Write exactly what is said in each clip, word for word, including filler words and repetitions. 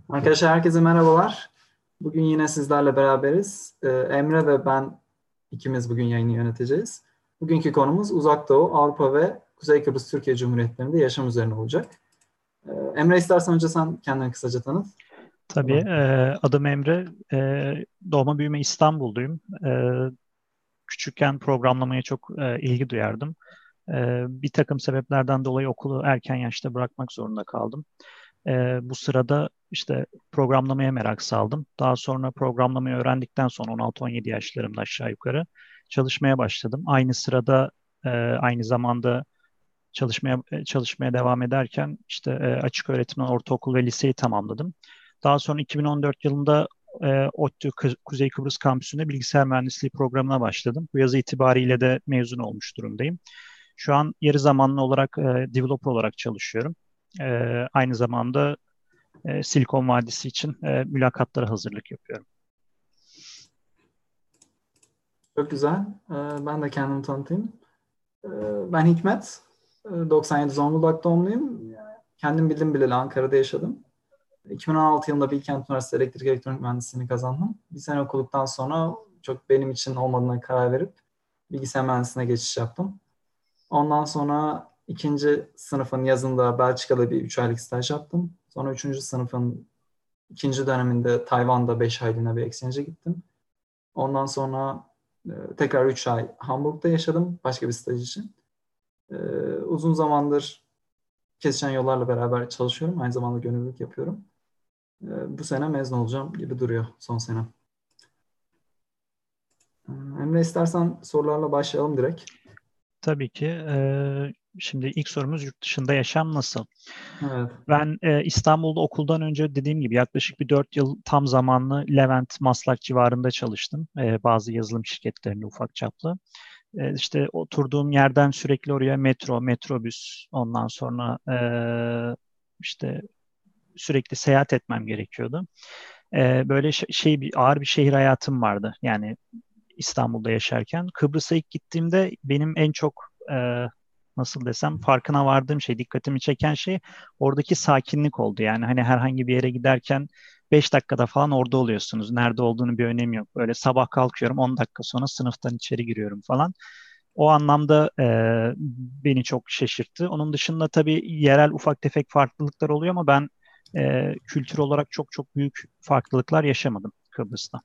Arkadaşlar herkese merhabalar. Bugün yine sizlerle beraberiz. Ee, Emre ve ben ikimiz bugün yayını yöneteceğiz. Bugünkü konumuz Uzak Doğu, Avrupa ve Kuzey Kıbrıs Türkiye Cumhuriyetlerinde yaşam üzerine olacak. Ee, Emre istersen önce sen kendini kısaca tanıt. Tabii, Sonra. e, adım Emre. E, doğma büyüme İstanbul'duyum. E, küçükken programlamaya çok e, ilgi duyardım. E, bir takım sebeplerden dolayı okulu erken yaşta bırakmak zorunda kaldım. E, bu sırada işte programlamaya merak saldım. Daha sonra programlamayı öğrendikten sonra on altı on yedi yaşlarımda aşağı yukarı çalışmaya başladım. Aynı sırada e, aynı zamanda çalışmaya e, çalışmaya devam ederken işte e, açık öğretimden ortaokul ve liseyi tamamladım. Daha sonra iki bin on dört yılında e, ODTÜ Kı- Kuzey Kıbrıs Kampüsü'nde bilgisayar mühendisliği programına başladım. Bu yazı itibariyle de mezun olmuş durumdayım. Şu an yarı zamanlı olarak e, developer olarak çalışıyorum. E, aynı zamanda e, Silikon Vadisi için e, mülakatlara hazırlık yapıyorum. Çok güzel. Ee, ben de kendimi tanıtayım. Ee, ben Hikmet. Ee, doksan yedi Zonguldak doğumluyum. Kendim bildim bileli Ankara'da yaşadım. iki bin on altı yılında Bilkent Üniversitesi Elektrik Elektronik Mühendisliğini kazandım. Bir sene okuduktan sonra çok benim için olmadığına karar verip bilgisayar mühendisliğine geçiş yaptım. Ondan sonra ikinci sınıfın yazında Belçika'da bir üç aylık staj yaptım. Sonra üçüncü sınıfın ikinci döneminde Tayvan'da beş aylığına bir exchange'e gittim. Ondan sonra e, tekrar üç ay Hamburg'da yaşadım başka bir staj için. E, uzun zamandır Kesişen Yollar'la beraber çalışıyorum. Aynı zamanda gönüllülük yapıyorum. E, bu sene mezun olacağım gibi duruyor son sene. E, Emre istersen sorularla başlayalım direkt. Tabii ki. E, şimdi ilk sorumuz yurt dışında yaşam nasıl? Evet. Ben e, İstanbul'da okuldan önce dediğim gibi yaklaşık bir dört yıl tam zamanlı Levent, Maslak civarında çalıştım. E, bazı yazılım şirketlerinde ufak çaplı. E, işte oturduğum yerden sürekli oraya metro, metrobüs, ondan sonra e, işte sürekli seyahat etmem gerekiyordu. E, böyle ş- şey bir ağır bir şehir hayatım vardı. Yani İstanbul'da yaşarken. Kıbrıs'a ilk gittiğimde benim en çok e, nasıl desem farkına vardığım şey, dikkatimi çeken şey oradaki sakinlik oldu. Yani hani herhangi bir yere giderken beş dakikada falan orada oluyorsunuz. Nerede olduğunu bir önemi yok. Böyle sabah kalkıyorum on dakika sonra sınıftan içeri giriyorum falan. O anlamda e, beni çok şaşırttı. Onun dışında tabii yerel ufak tefek farklılıklar oluyor ama ben e, kültür olarak çok çok büyük farklılıklar yaşamadım Kıbrıs'ta.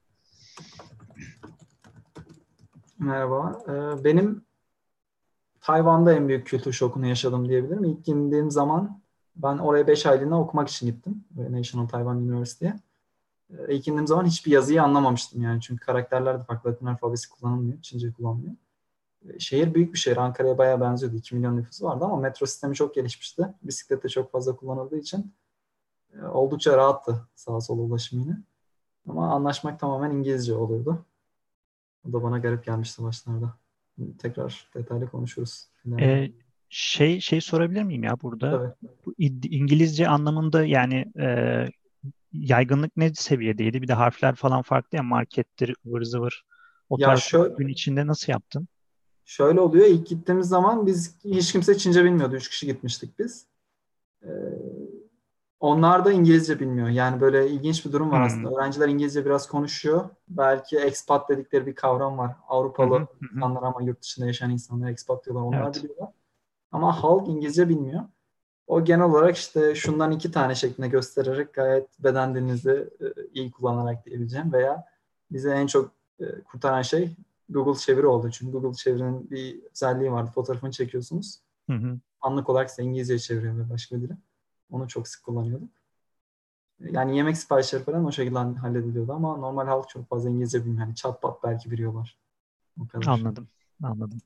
Merhaba. E, benim Tayvan'da en büyük kültür şokunu yaşadım diyebilirim. İlk gittiğim zaman ben oraya beş aylığına okumak için gittim. National Taiwan University'ye. Ee, İlk indiğim zaman hiçbir yazıyı anlamamıştım yani. Çünkü karakterler de farklı. Latin alfabesi kullanılmıyor. Çince kullanılıyor. Ee, Şehir büyük bir şehir. Ankara'ya bayağı benziyordu. iki milyon nüfusu vardı ama metro sistemi çok gelişmişti. Bisiklet de çok fazla kullanıldığı için e, oldukça rahattı sağa sola ulaşım yine. Ama anlaşmak tamamen İngilizce oluyordu. O da bana garip gelmişti başlarda. Tekrar detaylı konuşuruz ileride. Ee, şey şey sorabilir miyim ya burada? Tabii. Bu İ- İngilizce anlamında yani e, yaygınlık ne seviyedeydi? Bir de harfler falan farklı ya markettir, ıvır zıvır. O Ya tarz şöyle, gün içinde nasıl yaptın? şöyle oluyor. İlk gittiğimiz zaman biz hiç kimse Çince bilmiyordu. Üç kişi gitmiştik biz. Ee, Onlar da İngilizce bilmiyor. Yani böyle ilginç bir durum var Hmm. aslında. Öğrenciler İngilizce biraz konuşuyor. Belki expat dedikleri bir kavram var. Hı Avrupalı hı, hı hı. insanlar ama yurt dışında yaşayan insanlar expat diyorlar. Onlar Evet, biliyorlar. Ama halk İngilizce bilmiyor. O genel olarak işte şundan iki tane şeklinde göstererek gayet beden dilinizi e, iyi kullanarak diyebileceğim veya bize en çok e, kurtaran şey Google çeviri oldu. Çünkü Google çevirinin bir özelliği vardı. Fotoğrafını çekiyorsunuz. hı hı. Anlık olarak size İngilizce çeviriyor ve başka bir dile. Onu çok sık kullanıyorduk. Yani yemek siparişleri falan o şekilde hallediliyordu ama normal halk çok fazla İngilizce bilmiyor. Yani çat pat belki biliyorlar. O kadar. Anladım, anladım.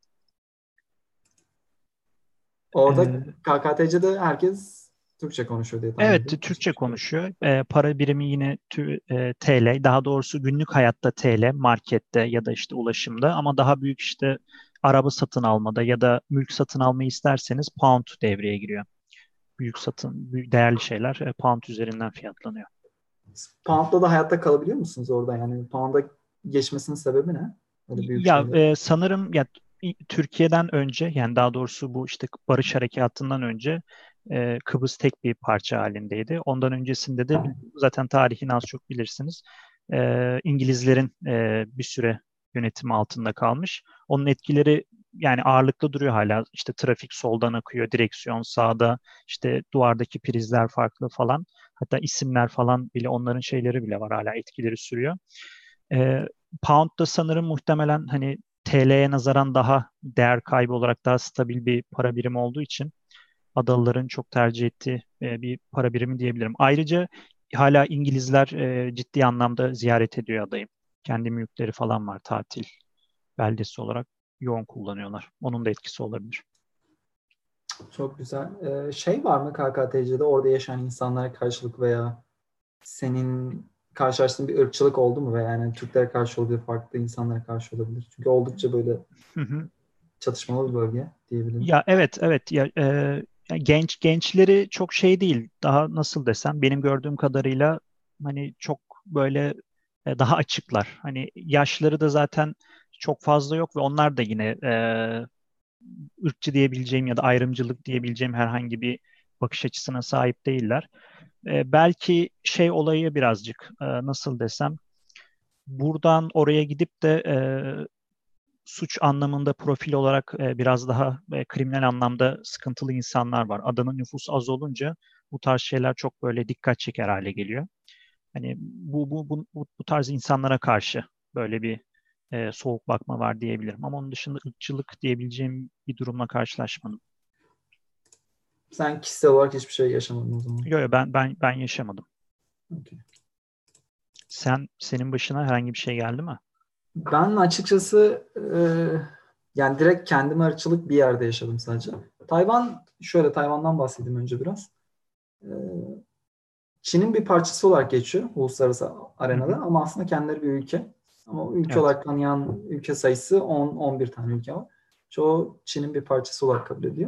Orada Ee, K K T C'de herkes Türkçe konuşuyor diye tahmin evet, ediyorum. Başka Türkçe bir şey yok. konuşuyor. Ee, para birimi yine tü- e, T L, daha doğrusu günlük hayatta T L, markette ya da işte ulaşımda ama daha büyük işte araba satın almada ya da mülk satın almayı isterseniz pound devreye giriyor. Büyük satın, büyük, değerli şeyler e, pound üzerinden fiyatlanıyor. Pound'da da hayatta kalabiliyor musunuz orada? Yani Pound'a geçmesinin sebebi ne? Öyle büyük Ya şeyler. e, sanırım ya Türkiye'den önce yani daha doğrusu bu işte barış harekatından önce e, Kıbrıs tek bir parça halindeydi. Ondan öncesinde de zaten tarihini az çok bilirsiniz. E, İngilizlerin e, bir süre yönetim altında kalmış. Onun etkileri yani ağırlıklı duruyor hala. İşte trafik soldan akıyor, direksiyon sağda, işte duvardaki prizler farklı falan. Hatta isimler falan bile onların şeyleri bile var hala etkileri sürüyor. E, Pound da sanırım muhtemelen hani T L'ye nazaran daha değer kaybı olarak daha stabil bir para birimi olduğu için Adalıların çok tercih ettiği e, bir para birimi diyebilirim. Ayrıca hala İngilizler e, ciddi anlamda ziyaret ediyor adayı. Kendi mülkleri falan var tatil beldesi olarak yoğun kullanıyorlar. Onun da etkisi olabilir. Çok güzel. Ee, şey var mı K K T C'de orada yaşayan insanlara karşılık veya senin karşılaştığın bir ırkçılık oldu mu? Veya yani Türklere karşı olabilir, farklı insanlara karşı olabilir. Çünkü oldukça böyle Hı hı. çatışmalı bir bölge diyebilirim. Ya evet evet ya e, ya genç gençleri çok şey değil. Daha nasıl desem benim gördüğüm kadarıyla hani çok böyle e, daha açıklar. Hani yaşları da zaten çok fazla yok ve onlar da yine e, ırkçı diyebileceğim ya da ayrımcılık diyebileceğim herhangi bir bakış açısına sahip değiller. E, belki şey olayı birazcık e, nasıl desem buradan oraya gidip de e, suç anlamında profil olarak e, biraz daha e, kriminal anlamda sıkıntılı insanlar var. Adanın nüfusu az olunca bu tarz şeyler çok böyle dikkat çeker hale geliyor. Hani bu bu bu bu, bu tarz insanlara karşı böyle bir e, soğuk bakma var diyebilirim. Ama onun dışında ırkçılık diyebileceğim bir durumla karşılaşmadım. Sen kişisel olarak hiçbir şey yaşamadın o zaman. Yok yok ben ben ben yaşamadım. Okay. Sen senin başına herhangi bir şey geldi mi? Ben açıkçası e, yani direkt kendime ırkçılık bir yerde yaşadım sadece. Tayvan, şöyle Tayvan'dan bahsedeyim önce biraz. E, Çin'in bir parçası olarak geçiyor uluslararası Hı arenada hı. ama aslında kendileri bir ülke. Ama o ülke Evet. olarak tanıyan ülke sayısı on on bir tane ülke var. Çoğu Çin'in bir parçası olarak kabul ediyor.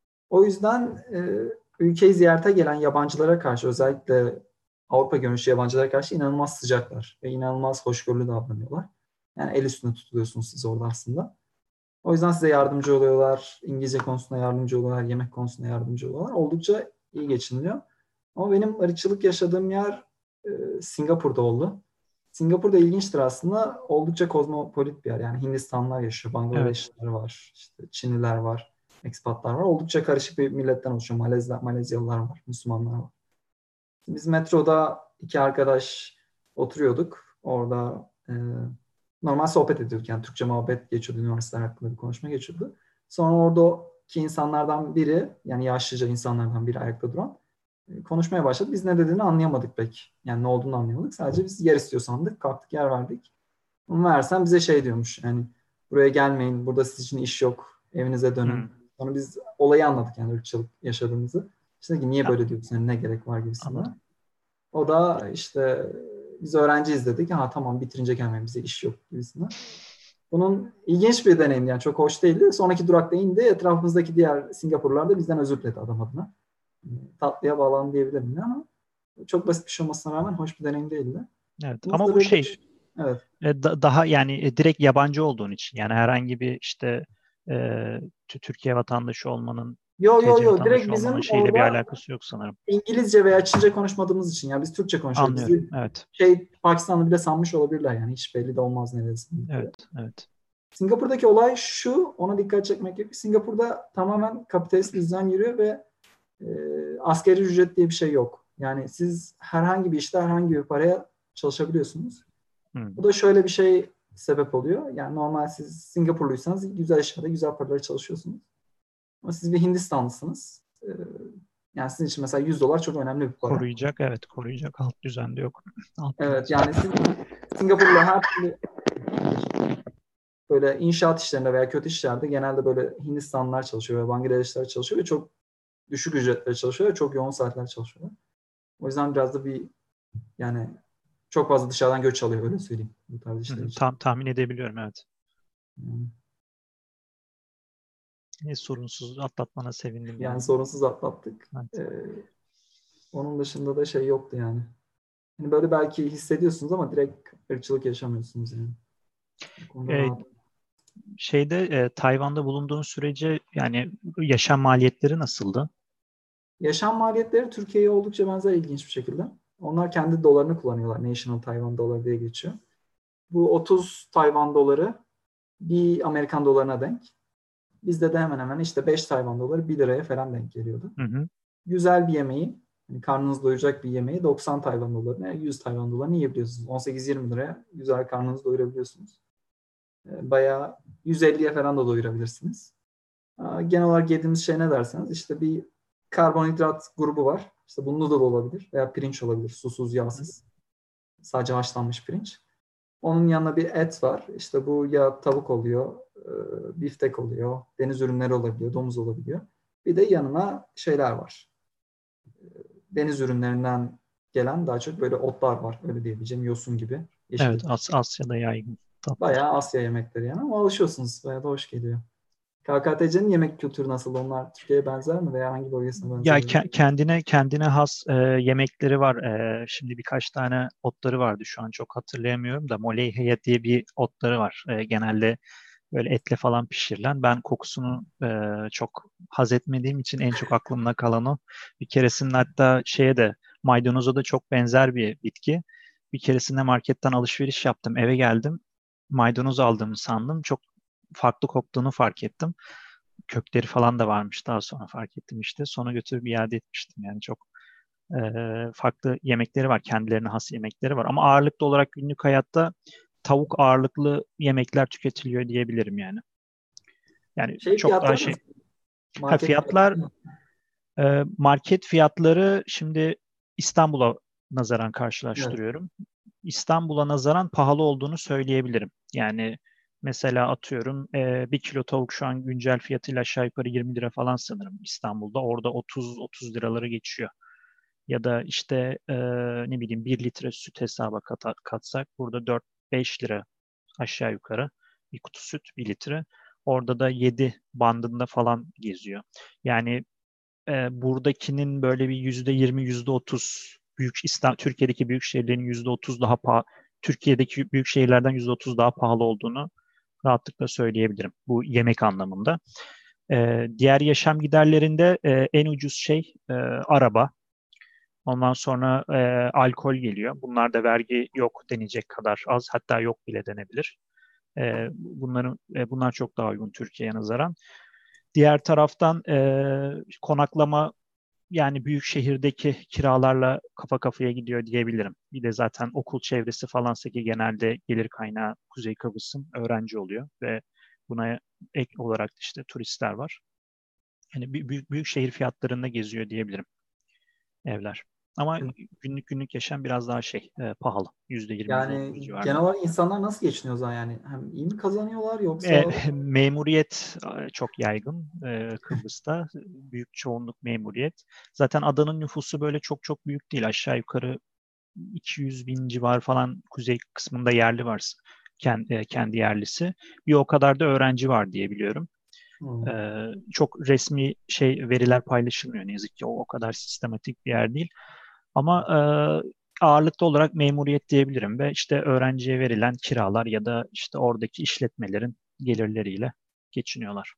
O yüzden e, ülkeyi ziyarete gelen yabancılara karşı, özellikle Avrupa görünüşlü yabancılara karşı inanılmaz sıcaklar ve inanılmaz hoşgörülü davranıyorlar. Yani el üstünde tutuluyorsunuz siz orada aslında. O yüzden size yardımcı oluyorlar. İngilizce konusunda yardımcı oluyorlar. Yemek konusunda yardımcı oluyorlar. Oldukça iyi geçiniliyor. Ama benim ırkçılık yaşadığım yer e, Singapur'da oldu. Singapur'da ilginçtir aslında. Oldukça kozmopolit bir yer. Yani Hindistanlılar yaşıyor, Evet. Bangladeşliler var, işte Çinliler var, ekspatlar var. Oldukça karışık bir milletten oluşuyor. Malezler, Malezyalılar var, Müslümanlar var. Biz metroda iki arkadaş oturuyorduk. Orada e, normal sohbet ediyorduk. Yani Türkçe muhabbet geçiyordu. Üniversiteler hakkında bir konuşma geçiyordu. Sonra oradaki insanlardan biri, yani yaşlıca insanlardan biri ayakta duran e, konuşmaya başladı. Biz ne dediğini anlayamadık pek. Yani ne olduğunu anlayamadık. Sadece biz yer istiyor sandık. Kalktık yer verdik. Ama meğersem bize şey diyormuş. Yani buraya gelmeyin. Burada sizin için iş yok. Evinize dönün. Hmm. Sonra biz olayı anladık yani ırkçılık yaşadığımızı. İşte ki niye Ya, böyle diyorsun? Yani ne gerek var anladım. gibisinden. O da işte biz öğrenciyiz dedik. Ha tamam bitirince gelmeyin bize iş yok gibisinden. Bunun ilginç bir deneyimdi yani çok hoş değildi. Sonraki durakta indi. Etrafımızdaki diğer Singapurlular da bizden özür diledi adam adına. Tatlıya bağlandı diyebilirim yine ama çok basit bir şey olmasına rağmen hoş bir deneyim değildi. Evet. Ama bu Mısır'da şey evet. E, da- daha yani e, direkt yabancı olduğun için yani herhangi bir işte e, Tü- Türkiye vatandaşı olmanın Yo yo T C yo direkt vatandaşı olmanın bizim şeyle bir orada alakası yok sanırım. İngilizce veya Çince konuşmadığımız için ya biz Türkçe konuşuyoruz. Anlıyorum. Bizi Evet. şey Pakistanlı bile sanmış olabilirler yani hiç belli de olmaz neresi. Evet. Evet. Singapur'daki olay şu, ona dikkat çekmek gerekiyor. Singapur'da tamamen kapitalist bir düzen yürüyor ve e, asgari ücret diye bir şey yok. Yani siz herhangi bir işte herhangi bir paraya çalışabiliyorsunuz. Hmm. Bu da şöyle bir şey sebep oluyor. Yani normal siz Singapurluysanız güzel işlerde güzel paralara çalışıyorsunuz. Ama siz bir Hindistanlısınız. E, yani sizin için mesela yüz dolar çok önemli bir para. Koruyacak. Evet. Koruyacak. Alt düzende yok. Alt Evet düzende. yani siz Singapur'la her türlü böyle inşaat işlerinde veya kötü işlerde genelde böyle Hindistanlılar çalışıyor ve Bangladeşliler çalışıyor ve çok düşük ücretlere çalışıyor ve çok yoğun saatler çalışıyorlar. O yüzden biraz da bir yani çok fazla dışarıdan göç alıyor öyle söyleyeyim bu tarz Hı işler hı. için. Tam tahmin edebiliyorum. Evet. Yani, Ne sorunsuz atlatmana sevindim yani yani. sorunsuz atlattık. Evet. Ee, onun dışında da şey yoktu yani. Yani böyle belki hissediyorsunuz ama direkt ırkçılık yaşamıyorsunuz yani. Bu konuda E, rahat. şeyde e, Tayvan'da bulunduğun sürece yani yaşam maliyetleri nasıldı? yaşam maliyetleri Türkiye'ye oldukça benzer ilginç bir şekilde. Onlar kendi dolarını kullanıyorlar. National Taiwan Dollar diye geçiyor. Bu otuz Tayvan doları bir Amerikan dolarına denk. Bizde de hemen hemen işte beş Tayvan doları bir liraya falan denk geliyordu. Hı hı. Güzel bir yemeği, yani karnınız doyuracak bir yemeği doksan Tayvan dolarına, yüz Tayvan dolarına yiyebiliyorsunuz. on sekiz yirmi liraya güzel karnınızı doyurabiliyorsunuz. Bayağı yüz elliye falan da doyurabilirsiniz. Genel olarak yediğimiz şey ne derseniz işte bir karbonhidrat grubu var. İşte bu noodle olabilir veya pirinç olabilir. Susuz, yağsız. Sadece haşlanmış pirinç. Onun yanına bir et var. İşte bu ya tavuk oluyor, biftek oluyor, deniz ürünleri olabiliyor, domuz olabiliyor. Bir de yanına şeyler var. Deniz ürünlerinden gelen daha çok böyle otlar var. Öyle diyebileceğim, yosun gibi. Evet, Yeşillik. As Asya'da yaygın tatlar. Bayağı Asya yemekleri yani ama alışıyorsunuz. Bayağı da hoş geliyor. K K T C'nin yemek kültürü nasıl? Onlar Türkiye'ye benzer mi veya hangi bölgesine Ya benzer? ke- kendine kendine has e, yemekleri var. E, şimdi birkaç tane otları vardı, şu an çok hatırlayamıyorum da moleyheya diye bir otları var. E, genelde böyle etle falan pişirilen. Ben kokusunu e, çok haz etmediğim için en çok aklımda kalan o. Bir keresinde hatta şeye de, maydanoza da çok benzer bir bitki. Bir keresinde marketten alışveriş yaptım. Eve geldim. Maydanoz aldığımı sandım. Çok farklı koktuğunu fark ettim. Kökleri falan da varmış. Daha sonra fark ettim işte. Sonra götürüp iade etmiştim. Yani çok e, farklı yemekleri var. Kendilerine has yemekleri var. Ama ağırlıklı olarak günlük hayatta tavuk ağırlıklı yemekler tüketiliyor diyebilirim yani. Yani Şey çok daha fiyatları şey. nasıl? Ha, Market fiyatlar, fiyatları. e, market fiyatları şimdi İstanbul'a nazaran Evet. karşılaştırıyorum. İstanbul'a nazaran pahalı olduğunu söyleyebilirim. Yani mesela atıyorum e, bir kilo tavuk şu an güncel fiyatıyla aşağı yukarı yirmi lira falan sanırım İstanbul'da. Orada otuz otuz liraları geçiyor. Ya da işte e, ne bileyim bir litre süt hesaba kat, katsak burada dört beş lira aşağı yukarı bir kutu süt bir litre. Orada da yedi bandında falan geziyor. Yani e, buradakinin böyle bir yüzde yirmi, yüzde otuz büyük İstanbul, Türkiye'deki büyük şehirlerin yüzde otuz daha pahalı, Türkiye'deki büyük şehirlerden yüzde otuz daha pahalı olduğunu rahatlıkla söyleyebilirim bu yemek anlamında. E, diğer yaşam giderlerinde e, en ucuz şey e, araba. Ondan sonra e, alkol geliyor. Bunlarda vergi yok denecek kadar az, hatta yok bile denebilir. E, bunların e, bunlar çok daha uygun Türkiye'ye nazaran. Diğer taraftan e, konaklama, yani büyük şehirdeki kiralarla kafa kafaya gidiyor diyebilirim. Bir de zaten okul çevresi falansa, ki genelde gelir kaynağı Kuzey Kıbrıs'ın öğrenci oluyor ve buna ek olarak işte turistler var. Yani büyük, büyük şehir fiyatlarında geziyor diyebilirim evler. Ama günlük günlük yaşam biraz daha şey e, pahalı. yüzde yirmi yüzde Yani otuz genel civarında. olarak insanlar nasıl geçiniyor o zaman yani? Hem iyi mi kazanıyorlar E, yoksa memuriyet e, çok yaygın e, Kıbrıs'ta. Büyük çoğunluk memuriyet. Zaten adanın nüfusu böyle çok çok büyük değil. Aşağı yukarı iki yüz bin civar falan kuzey kısmında yerli var. Kendi, kendi yerlisi. Bir o kadar da öğrenci var diye biliyorum. hmm. Ee, çok resmi şey veriler paylaşılmıyor ne yazık ki. O, o kadar sistematik bir yer değil. Ama e, ağırlıklı olarak memuriyet diyebilirim ve işte öğrenciye verilen kiralar ya da işte oradaki işletmelerin gelirleriyle geçiniyorlar.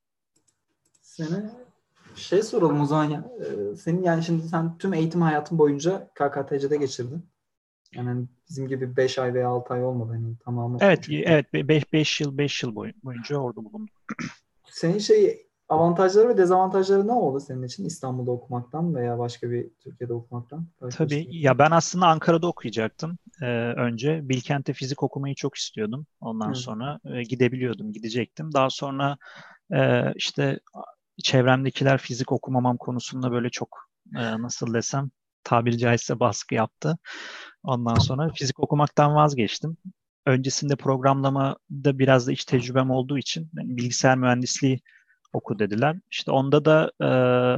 Seni şey soralım o zaman ya. Ee, senin yani şimdi sen tüm eğitim hayatın boyunca K K T C'de geçirdin. Yani hani bizim gibi beş ay veya altı ay olmadı. Hani tamamı Evet, üç üç. evet, beş yıl beş yıl boy- boyunca orada bulundum. Senin şey avantajları ve dezavantajları ne oldu senin için İstanbul'da okumaktan veya başka bir Türkiye'de okumaktan Tabii karşılaştırırsan? ya, ben aslında Ankara'da okuyacaktım e, önce. Bilkent'te fizik okumayı çok istiyordum. Ondan Hı. sonra e, gidebiliyordum, gidecektim. Daha sonra e, işte çevremdekiler fizik okumamam konusunda böyle çok e, nasıl desem, tabiri caizse baskı yaptı. Ondan sonra fizik okumaktan vazgeçtim. Öncesinde programlamada biraz da iç tecrübem olduğu için yani bilgisayar mühendisliği oku dediler. İşte onda da e,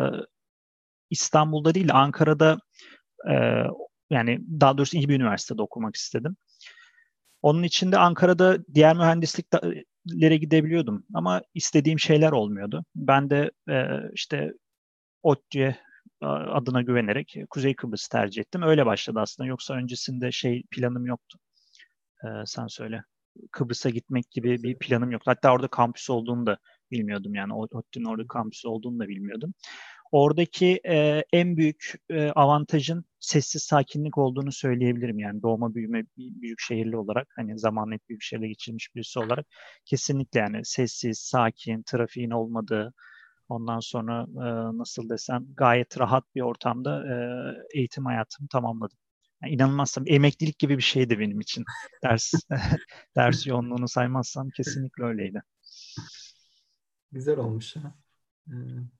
İstanbul'da değil Ankara'da, ee, yani daha doğrusu iyi bir üniversitede okumak istedim. Onun için de Ankara'da diğer mühendisliklere gidebiliyordum ama istediğim şeyler olmuyordu. Ben de e, işte ODTÜ'ye e, adına güvenerek Kuzey Kıbrıs'ı tercih ettim. Öyle başladı aslında. Yoksa öncesinde şey planım yoktu. E, sen söyle. Kıbrıs'a gitmek gibi bir planım yoktu. Hatta orada kampüs olduğunu da bilmiyordum yani. ODTÜ'nün orada kampüsü olduğunu da bilmiyordum. Oradaki e, en büyük e, avantajın sessiz sakinlik olduğunu söyleyebilirim. Yani doğma büyüme bir büyük şehirli olarak, hani zamanla hep büyük şehirde geçirmiş birisi olarak kesinlikle yani sessiz, sakin, trafiğin olmadığı, ondan sonra e, nasıl desem gayet rahat bir ortamda e, eğitim hayatımı tamamladım. Yani inanılmaz, emeklilik gibi bir şeydi benim için. Ders ders yoğunluğunu saymazsam kesinlikle öyleydi. Güzel olmuş ya. Ee,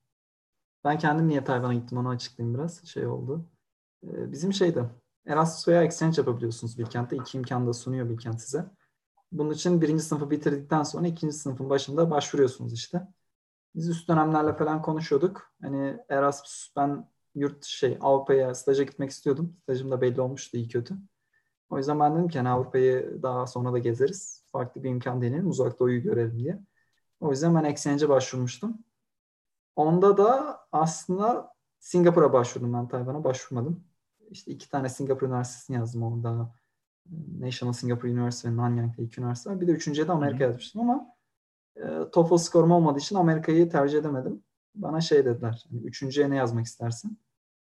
Ben kendim niye Tayvan'a gittim onu açıklayayım biraz. Şey oldu. Ee, Bizim şeyde Erasmus veya Exchange yapabiliyorsunuz Bilkent'te. İki imkan da sunuyor Bilkent size. Bunun için birinci sınıfı bitirdikten sonra ikinci sınıfın başında başvuruyorsunuz işte. Biz üst dönemlerle falan konuşuyorduk. Hani Erasmus ben yurt şey Avrupa'ya staja gitmek istiyordum. Stajım da belli olmuştu iyi kötü. O yüzden ben dedim ki hani Avrupa'yı daha sonra da gezeriz. Farklı bir imkan deneyelim. Uzak Doğu'yu görelim diye. O yüzden ben Exchange'e başvurmuştum. Onda da aslında Singapur'a başvurdum ben Tayvan'a başvurmadım. İşte iki tane Singapur Üniversitesi'ni yazdım orada. National Singapore University ve Nanyang'da iki üniversite var. Bir de üçüncüye de Hı hı. Amerika yazmıştım ama e, TOEFL skorum olmadığı için Amerika'yı tercih edemedim. Bana şey dediler, hani üçüncüye ne yazmak istersin?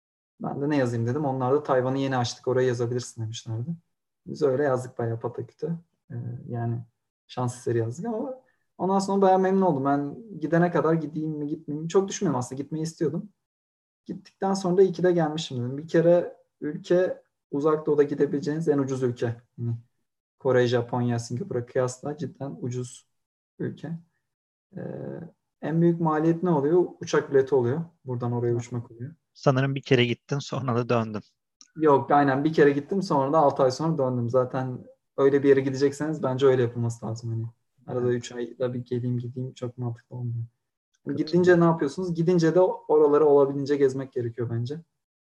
Ben de ne yazayım dedim. Onlar da Tayvan'ı yeni açtık, oraya yazabilirsin demişlerdi. Biz öyle yazdık bayağı pataküte. E, yani şans eseri yazdık ama ondan sonra bayağı memnun oldum. Ben gidene kadar gideyim mi gitmeyeyim mi? Çok düşünmüyorum aslında. Gitmeyi istiyordum. Gittikten sonra da iyi ki de gelmişim dedim. Bir kere ülke uzak doğuda gidebileceğiniz en ucuz ülke. Yani Kore, Japonya, Singapur'a kıyasla cidden ucuz ülke. Ee, En büyük maliyet ne oluyor? Uçak bileti oluyor. Buradan oraya uçmak oluyor. Sanırım bir kere gittin sonra da döndün. Yok aynen bir kere gittim sonra da altı ay sonra döndüm. Zaten öyle bir yere gidecekseniz bence öyle yapılması lazım. Hani arada Evet, üç ayda bir geleyim gideyim çok mantıklı olmuyor. Hani gidince katılıyorum. ne yapıyorsunuz? Gidince de oraları olabildiğince gezmek gerekiyor bence.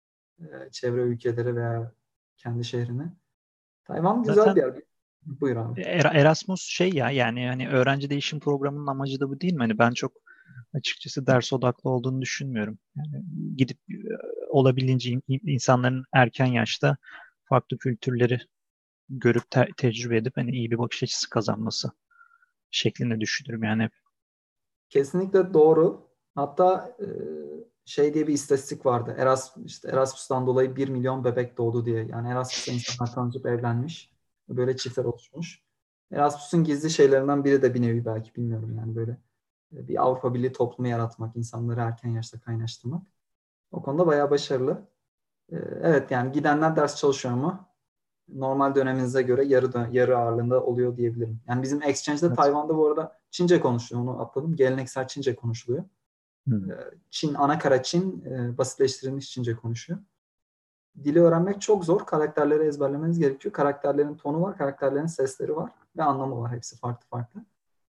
Ee, çevre ülkeleri veya kendi şehrini. Tayvan güzel bir Zaten yer. Buyur abi. Er- Erasmus şey ya, yani hani öğrenci değişim programının amacı da bu değil mi? Hani ben çok açıkçası ders odaklı olduğunu düşünmüyorum. Yani gidip e, olabildiğince in- insanların erken yaşta farklı kültürleri görüp te- tecrübe edip hani iyi bir bakış açısı kazanması şeklinde düşünürüm yani. Kesinlikle doğru. Hatta e, şey diye bir istatistik vardı. Erasmus, işte Erasmus'tan dolayı bir milyon bebek doğdu diye. Yani Erasmus'ta insanlar tanışıp evlenmiş. Böyle çiftler oluşmuş. Erasmus'un gizli şeylerinden biri de bir nevi belki bilmiyorum yani böyle e, bir Avrupa Birliği toplumu yaratmak, insanları erken yaşta kaynaştırmak. O konuda bayağı başarılı. E, Evet yani gidenler ders çalışıyor ama normal döneminize göre yarı dön- yarı ağırlığında oluyor diyebilirim. Yani bizim exchange'de Evet. Tayvan'da bu arada Çince konuşuluyor. Onu atladım. Geleneksel Çince konuşuluyor. Ee, Hmm. Çin, ana kara Çin, e, basitleştirilmiş Çince konuşuyor. Dili öğrenmek çok zor. Karakterleri ezberlemeniz gerekiyor. Karakterlerin tonu var, karakterlerin sesleri var ve anlamı var. Hepsi farklı farklı.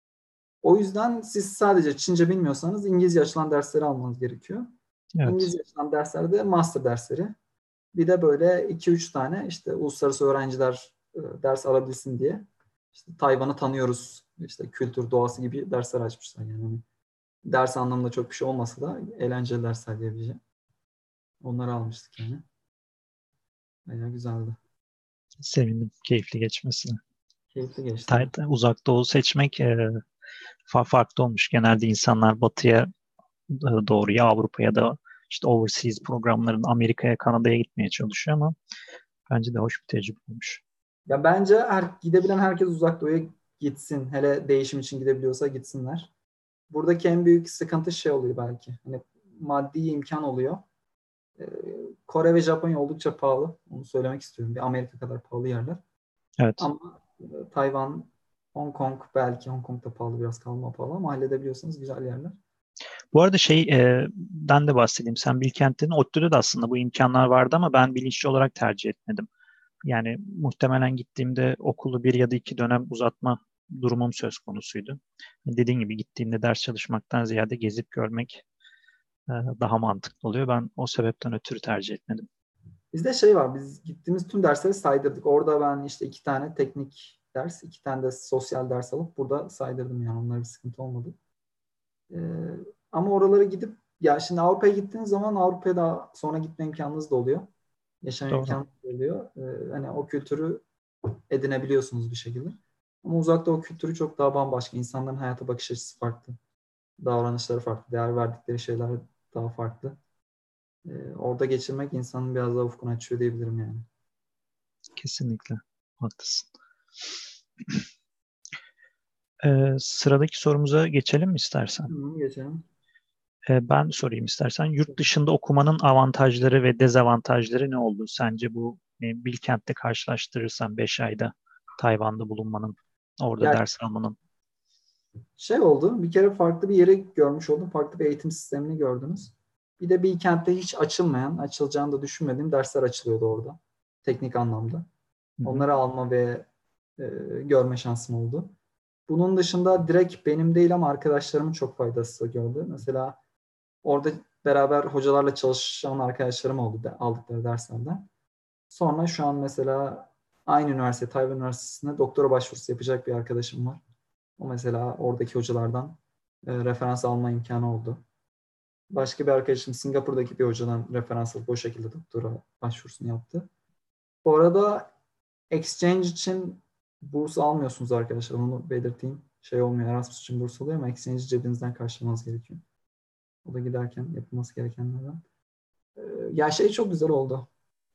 O yüzden siz sadece Çince bilmiyorsanız İngilizce açılan dersleri almanız gerekiyor. Evet. İngilizce açılan derslerde master dersleri. Bir de böyle iki üç tane işte uluslararası öğrenciler e, ders alabilsin diye işte Tayvan'ı tanıyoruz, işte kültür, doğası gibi dersler açmışlar yani. Hani ders anlamında çok bir şey olmasa da eğlenceli dersler diyebileceğim. Onları almıştık yani. Bayağı güzeldi. Sevindim keyifli geçmesine. Keyifli geçti. Ta- ta- Uzak Doğu seçmek e, fa- farklı olmuş. Genelde insanlar batıya e, doğru, ya Avrupa'ya da işte overseas programların Amerika'ya, Kanada'ya gitmeye çalışıyor ama bence de hoş bir tecrübe olmuş. Ya bence her, gidebilen herkes uzak doğuya gitsin. Hele değişim için gidebiliyorsa gitsinler. Buradaki en büyük sıkıntı şey oluyor belki. Hani maddi imkan oluyor. Ee, Kore ve Japonya oldukça pahalı. Onu söylemek istiyorum. Bir Amerika kadar pahalı yerler. Evet. Ama e, Tayvan, Hong Kong belki Hong Kong'da pahalı biraz kalma pahalı ama halledebiliyorsanız güzel yerler. Bu arada şey e, den de bahsedeyim. Sen Bilkent'in ODTÜ'de de aslında bu imkanlar vardı ama ben bilinçli olarak tercih etmedim. Yani muhtemelen gittiğimde okulu bir ya da iki dönem uzatma durumum söz konusuydu. Dediğim gibi gittiğimde ders çalışmaktan ziyade gezip görmek e, daha mantıklı oluyor. Ben o sebepten ötürü tercih etmedim. Bizde şey var, biz gittiğimiz tüm dersleri saydırdık. Orada ben işte iki tane teknik ders, iki tane de sosyal ders alıp burada saydırdım yani. Onlara bir sıkıntı olmadı. Ee, Ama oralara gidip, ya şimdi Avrupa'ya gittiğiniz zaman Avrupa'ya da sonra gitme imkanınız da oluyor. Yaşama Doğru. imkanınız da oluyor. Ee, hani o kültürü edinebiliyorsunuz bir şekilde. Ama uzakta o kültürü çok daha bambaşka. İnsanların hayata bakış açısı farklı. Davranışları farklı. Değer verdikleri şeyler daha farklı. Ee, orada geçirmek insanın biraz daha ufkunu açıyor diyebilirim yani. Kesinlikle. Haklısın. Ee, sıradaki sorumuza geçelim mi istersen? Hı, geçelim. Ee, ben sorayım istersen. Yurt dışında okumanın avantajları ve dezavantajları ne oldu? Sence bu e, Bilkent'te karşılaştırırsan beş ayda Tayvan'da bulunmanın, orada Ya ders almanın. şey oldu, bir kere farklı bir yeri görmüş oldum. Farklı bir eğitim sistemini gördünüz. Bir de Bilkent'te hiç açılmayan, açılacağını da düşünmediğim dersler açılıyordu orada. Teknik anlamda. Hı hı. Onları alma ve e, görme şansım oldu. Bunun dışında direkt benim değil ama arkadaşlarımın çok faydası gördü. Mesela orada beraber hocalarla çalışan arkadaşlarım oldu de, aldıkları derslerden. Sonra şu an mesela aynı üniversite, Tayvan Üniversitesi'nde doktora başvurusu yapacak bir arkadaşım var. O mesela oradaki hocalardan e, referans alma imkanı oldu. Başka bir arkadaşım Singapur'daki bir hocadan referans alıp o şekilde doktora başvurusunu yaptı. Bu arada exchange için burs almıyorsunuz arkadaşlar. Onu belirteyim. Şey olmuyor. Erasmus için burs oluyor ama exchange cebinizden karşılamanız gerekiyor. O da giderken yapılması gerekenlerden. Ee, ya şey çok güzel oldu.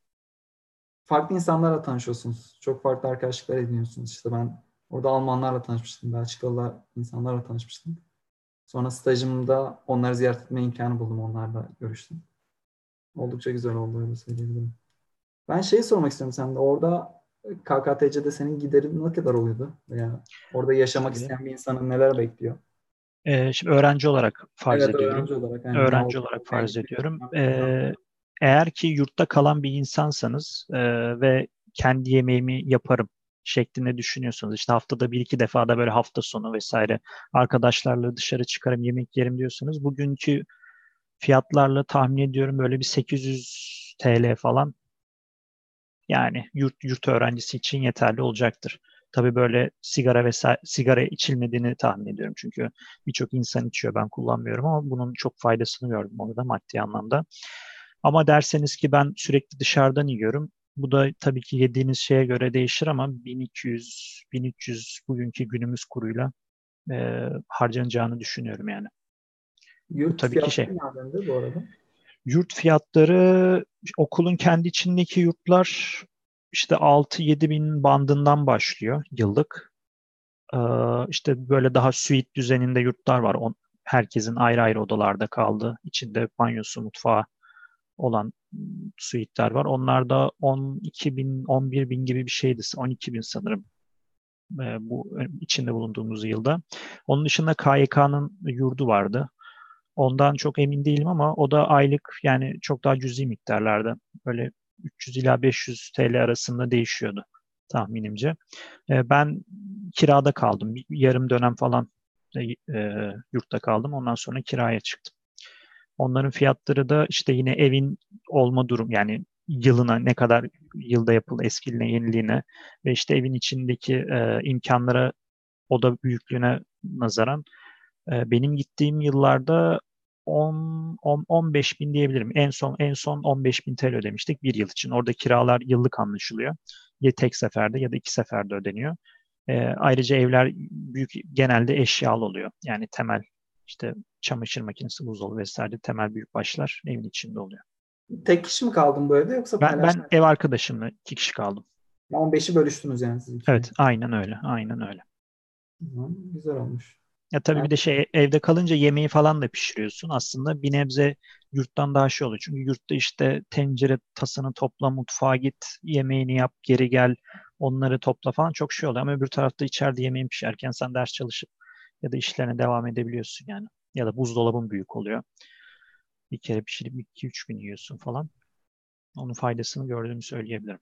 Farklı insanlarla tanışıyorsunuz. Çok farklı arkadaşlıklar ediniyorsunuz. İşte ben orada Almanlarla tanışmıştım. Belçikalı insanlarla tanışmıştım. Sonra stajımda onları ziyaret etme imkanı buldum. Onlarla görüştüm. Oldukça güzel oldu öyle söyleyebilirim. Ben şeyi sormak istiyorum senden. Orada K K T C'de senin giderin ne kadar oluyordu? Veya orada yaşamak Tabii. isteyen bir insanın neler bekliyor? Ee, şimdi öğrenci olarak farz Evet ediyorum. öğrenci olarak yani ne Öğrenci oldu? olarak Ne farz gibi? ediyorum. Ee, eğer ki yurtta kalan bir insansanız e, ve kendi yemeğimi yaparım şeklinde düşünüyorsunuz. İşte haftada bir iki defa da böyle hafta sonu vesaire arkadaşlarla dışarı çıkarım yemek yerim diyorsanız bugünkü fiyatlarla tahmin ediyorum böyle bir sekiz yüz T L falan yani yurt yurt öğrencisi için yeterli olacaktır. Tabii böyle sigara vesaire sigara içilmediğini tahmin ediyorum. Çünkü birçok insan içiyor. Ben kullanmıyorum ama bunun çok faydasını gördüm orada maddi anlamda. Ama derseniz ki ben sürekli dışarıdan yiyorum. Bu da tabii ki yediğiniz şeye göre değişir ama bin iki yüz bin üç yüz bugünkü günümüz kuruyla e, harcanacağını düşünüyorum yani. Bu Yurt tabii ki şey. fiyatları neredendi bu arada? Yurt fiyatları okulun kendi içindeki yurtlar işte altı yedi bin bandından başlıyor yıllık. Ee, işte böyle daha suite düzeninde yurtlar var. On, herkesin ayrı ayrı odalarda kaldığı, içinde banyosu, mutfağı olan suite'ler var. Onlar da on iki bin, on bir bin gibi bir şeydi. on iki bin sanırım e, bu içinde bulunduğumuz yılda. Onun dışında K Y K'nın yurdu vardı. Ondan çok emin değilim ama o da aylık yani çok daha cüzi miktarlarda. Böyle üç yüz ila beş yüz T L arasında değişiyordu tahminimce. E, ben kirada kaldım. Bir- Yarım dönem falan e, e, yurtta kaldım. Ondan sonra kiraya çıktım. Onların fiyatları da işte yine evin olma durum yani yılına ne kadar yılda yapıldı eskiliğine yeniliğine ve işte evin içindeki e, imkanlara oda büyüklüğüne nazaran e, benim gittiğim yıllarda on, on, on beş bin diyebilirim. En son en son on beş bin T L ödemiştik bir yıl için. Orada kiralar yıllık anlaşılıyor. Ya tek seferde ya da iki seferde ödeniyor. E, ayrıca evler büyük genelde eşyalı oluyor. Yani temel işte çamaşır makinesi, buzdolabı vesaire temel büyük başlar evin içinde oluyor. Tek kişi mi kaldın bu evde yoksa Ben ben paylaştın ev mı? arkadaşımla iki kişi kaldım. on beşi bölüştünüz yani siz ikiye. Evet, aynen öyle, aynen öyle. Hı, güzel olmuş. Ya tabii Yani bir de şey evde kalınca yemeği falan da pişiriyorsun. Aslında bir nebze yurttan daha şey oluyor. Çünkü yurtta işte tencere tasını topla, mutfağa git, yemeğini yap, geri gel, onları topla falan çok şey oluyor. Ama öbür tarafta içeride yemeğin pişerken sen ders çalışıp ya da işlerine devam edebiliyorsun yani. Ya da buzdolabın büyük oluyor. Bir kere pişirip iki üç gün yiyorsun falan. Onun faydasını gördüğümü söyleyebilirim.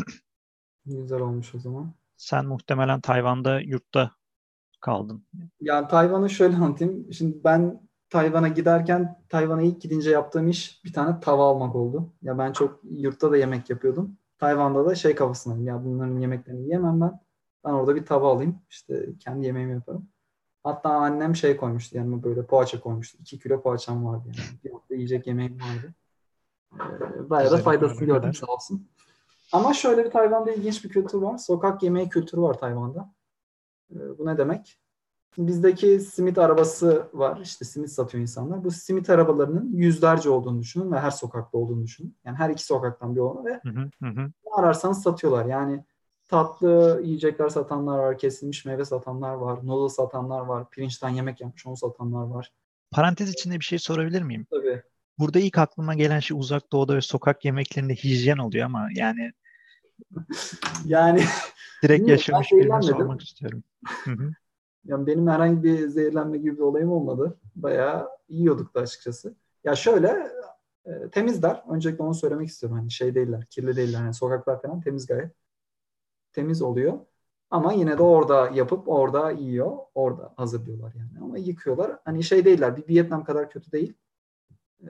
güzel olmuş o zaman. Sen muhtemelen Tayvan'da yurtta kaldın. Yani Tayvan'ı şöyle anlatayım. Şimdi ben Tayvan'a giderken Tayvan'a ilk gidince yaptığım iş bir tane tava almak oldu. Ya ben çok yurtta da yemek yapıyordum. Tayvan'da da şey kafasındayım. Ya bunların yemeklerini yiyemem ben. Ben orada bir tava alayım. İşte kendi yemeğimi yaparım. Hatta annem şey koymuştu yanıma böyle poğaça koymuştu. iki kilo poğaçam vardı yani. Bir hafta yiyecek yemeğim vardı. Ee, bayağı da Güzel o faydasını zamana gördüm kadar. sağ olsun. Ama şöyle bir Tayvan'da ilginç bir kültür var. Sokak yemeği kültürü var Tayvan'da. Ee, bu ne demek? Bizdeki simit arabası var. İşte simit satıyor insanlar. Bu simit arabalarının yüzlerce olduğunu düşünün ve her sokakta olduğunu düşünün. Yani her iki sokaktan bir olanı ve Hı hı, hı hı. ne ararsanız satıyorlar. Yani tatlı yiyecekler satanlar var, kesilmiş meyve satanlar var, noodle satanlar var, pirinçten yemek yapmış onu satanlar var. Parantez içinde bir şey sorabilir miyim? Tabii. Burada ilk aklıma gelen şey Uzak Doğu'da ve sokak yemeklerinde hijyen oluyor ama yani Yani direkt bilmiyorum, ben yaşamış birine sormak zehirlenmedim. istiyorum. Hı hı. Yani benim herhangi bir zehirlenme gibi bir olayım olmadı. Bayağı yiyorduk da açıkçası. Ya şöyle e, temizler. Öncelikle onu söylemek istiyorum. Hani şey değiller, kirli değiller. Yani sokaklar falan temiz gayet. Temiz oluyor. Ama yine de orada yapıp orada yiyor. Orada hazırlıyorlar yani. Ama yıkıyorlar. Hani şey değiller. Bir Vietnam kadar kötü değil. Ee,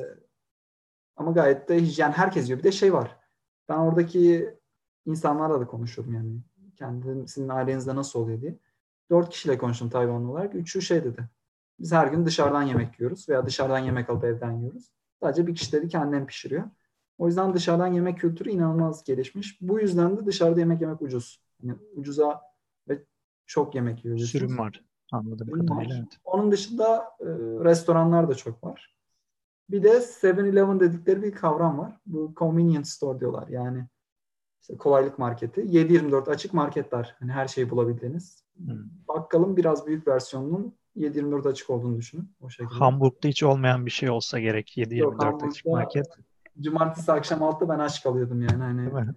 ama gayet de hijyen herkes yiyor. Bir de şey var. Ben oradaki insanlarla da konuşuyordum yani. Kendim, sizin ailenizde nasıl oluyor diye. Dört kişiyle konuştum Tayvanlı olarak. Üçü şey dedi. Biz her gün dışarıdan yemek yiyoruz veya dışarıdan yemek alıp evden yiyoruz. Sadece bir kişi dedi ki annem pişiriyor. O yüzden dışarıdan yemek kültürü inanılmaz gelişmiş. Bu yüzden de dışarıda yemek yemek ucuz. Yani ucuza ve çok yemek Sürüm yiyebilirsiniz. var anladığım Ürün kadarıyla. var. Evet. Onun dışında e, restoranlar da çok var. Bir de seven eleven dedikleri bir kavram var. Bu convenience store diyorlar. Yani işte kolaylık marketi. yedi yirmi dört açık marketler. Hani her şeyi bulabildiğiniz. Hı. Bakkalın biraz büyük versiyonunun yedi yirmi dört açık olduğunu düşünün. O şekilde. Hamburg'da hiç olmayan bir şey olsa gerek. Yok yedi yirmi dört açık Hamburg'da market. cumartesi akşam altıda ben aç kalıyordum yani. Hani Değil mi?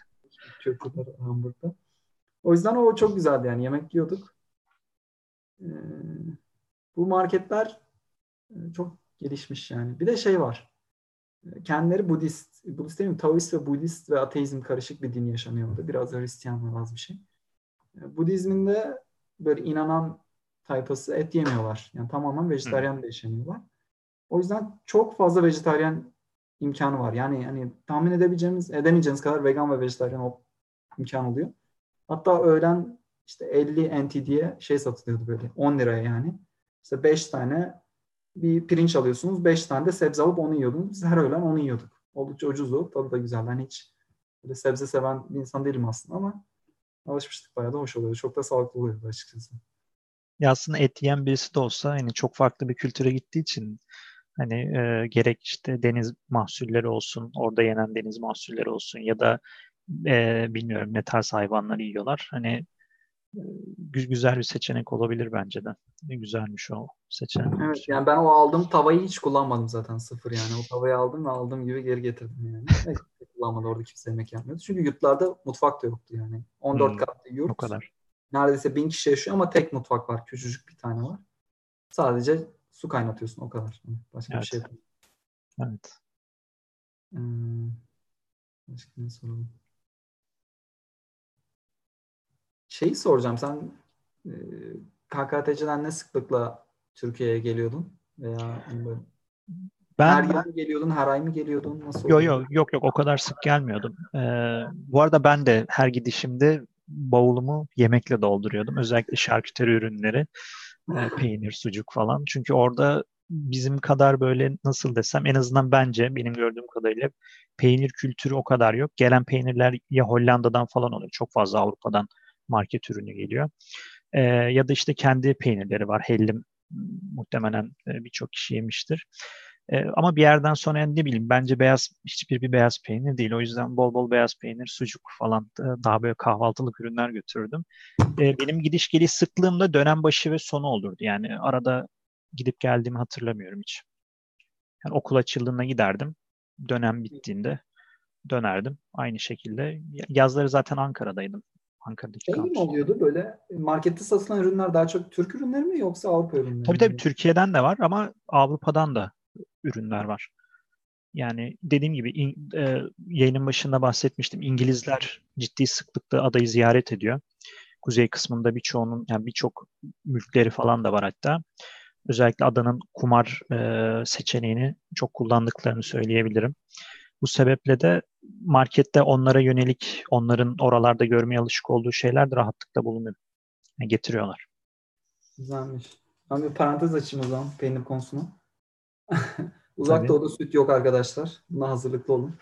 kötü var Hamburg'da. O yüzden o çok güzeldi yani. Yemek yiyorduk. Ee, bu marketler e, çok gelişmiş yani. Bir de şey var. Kendileri Budist, Budist değil mi? Taoist ve Budist ve ateizm karışık bir din yaşanıyor orada. Biraz Hristiyan ve az bir şey. Budizmin de böyle inanan tayfası et yemiyorlar. Yani tamamen Hı. vejetaryen de yaşanıyorlar. O yüzden çok fazla vejetaryen imkanı var. Yani yani tahmin edebileceğimiz, edemeyeceğiniz kadar vegan ve vejetaryen o imkan oluyor. Hatta öğlen işte elli N T diye şey satılıyordu böyle on liraya yani. İşte beş tane bir pirinç alıyorsunuz. beş tane de sebze alıp onu yiyordunuz. Biz her öğlen onu yiyorduk. Oldukça ucuzdu. Tadı da güzel. Ben hiç böyle sebze seven bir insan değilim aslında ama alışmıştık. Bayağı da hoş oluyordu. Çok da sağlıklı oluyordu açıkçası. Ya aslında et yiyen birisi de olsa hani çok farklı bir kültüre gittiği için hani e, gerek işte deniz mahsulleri olsun, orada yenen deniz mahsulleri olsun ya da e, bilmiyorum ne tarz hayvanları yiyorlar. Hani e, gü- güzel bir seçenek olabilir bence de. E, Güzelmiş o Evet seçenek. yani ben o aldığım tavayı hiç kullanmadım zaten sıfır yani. O tavayı aldım ve aldığım gibi geri getirdim yani. Ve kimse kullanmadı orada kimse yemek yapmıyordu. Çünkü yurtlarda mutfak da yoktu yani. on dört Hmm, katlı o yurt. kadar. Neredeyse bin kişi yaşıyor ama tek mutfak var. Küçücük bir tane var. Sadece su kaynatıyorsun o kadar. Başka bir şey Evet, yapmıyorsun. evet. Hmm, başka ne soralım? Şeyi soracağım. Sen e, K K T C'den ne sıklıkla Türkiye'ye geliyordun? Veya hani böyle her Ben yıl mı geliyordun, her ay mı geliyordun? Nasıl Yo oluyordu? yo yok yok o kadar sık gelmiyordum. Ee, bu arada ben de her gidişimde bavulumu yemekle dolduruyordum. Özellikle şarküteri ürünleri, e, peynir, sucuk falan. Çünkü orada bizim kadar böyle nasıl desem en azından bence benim gördüğüm kadarıyla peynir kültürü o kadar yok. Gelen peynirler ya Hollanda'dan falan oluyor. Çok fazla Avrupa'dan market ürünü geliyor. Ee, ya da işte kendi peynirleri var. Hellim muhtemelen e, birçok kişi yemiştir. E, ama bir yerden sonra yani ne bileyim bence beyaz hiçbir bir beyaz peynir değil. O yüzden bol bol beyaz peynir, sucuk falan e, daha böyle kahvaltılık ürünler götürdüm. E, benim gidiş geliş sıklığım da dönem başı ve sonu olurdu. Yani arada gidip geldiğimi hatırlamıyorum hiç. Yani okul açıldığında giderdim. Dönem bittiğinde dönerdim. Aynı şekilde. Yazları zaten Ankara'daydım. Ankara'daki Şey mi kampüste. oluyordu böyle markette satılan ürünler daha çok Türk ürünleri mi yoksa Avrupa ürünleri Tabii tabii mi? Türkiye'den de var ama Avrupa'dan da ürünler var. Yani dediğim gibi in, e, yayının başında bahsetmiştim. İngilizler ciddi sıklıkla adayı ziyaret ediyor. Kuzey kısmında birçoğunun yani birçok mülkleri falan da var hatta. Özellikle adanın kumar e, seçeneğini çok kullandıklarını söyleyebilirim. Bu sebeple de markette onlara yönelik, onların oralarda görmeye alışık olduğu şeyler de rahatlıkla bulunuyor. Yani getiriyorlar. Güzelmiş. Ben bir parantez açayım o zaman peynir konusuna. Uzak Tabii. Doğu'da süt yok arkadaşlar. Buna hazırlıklı olun.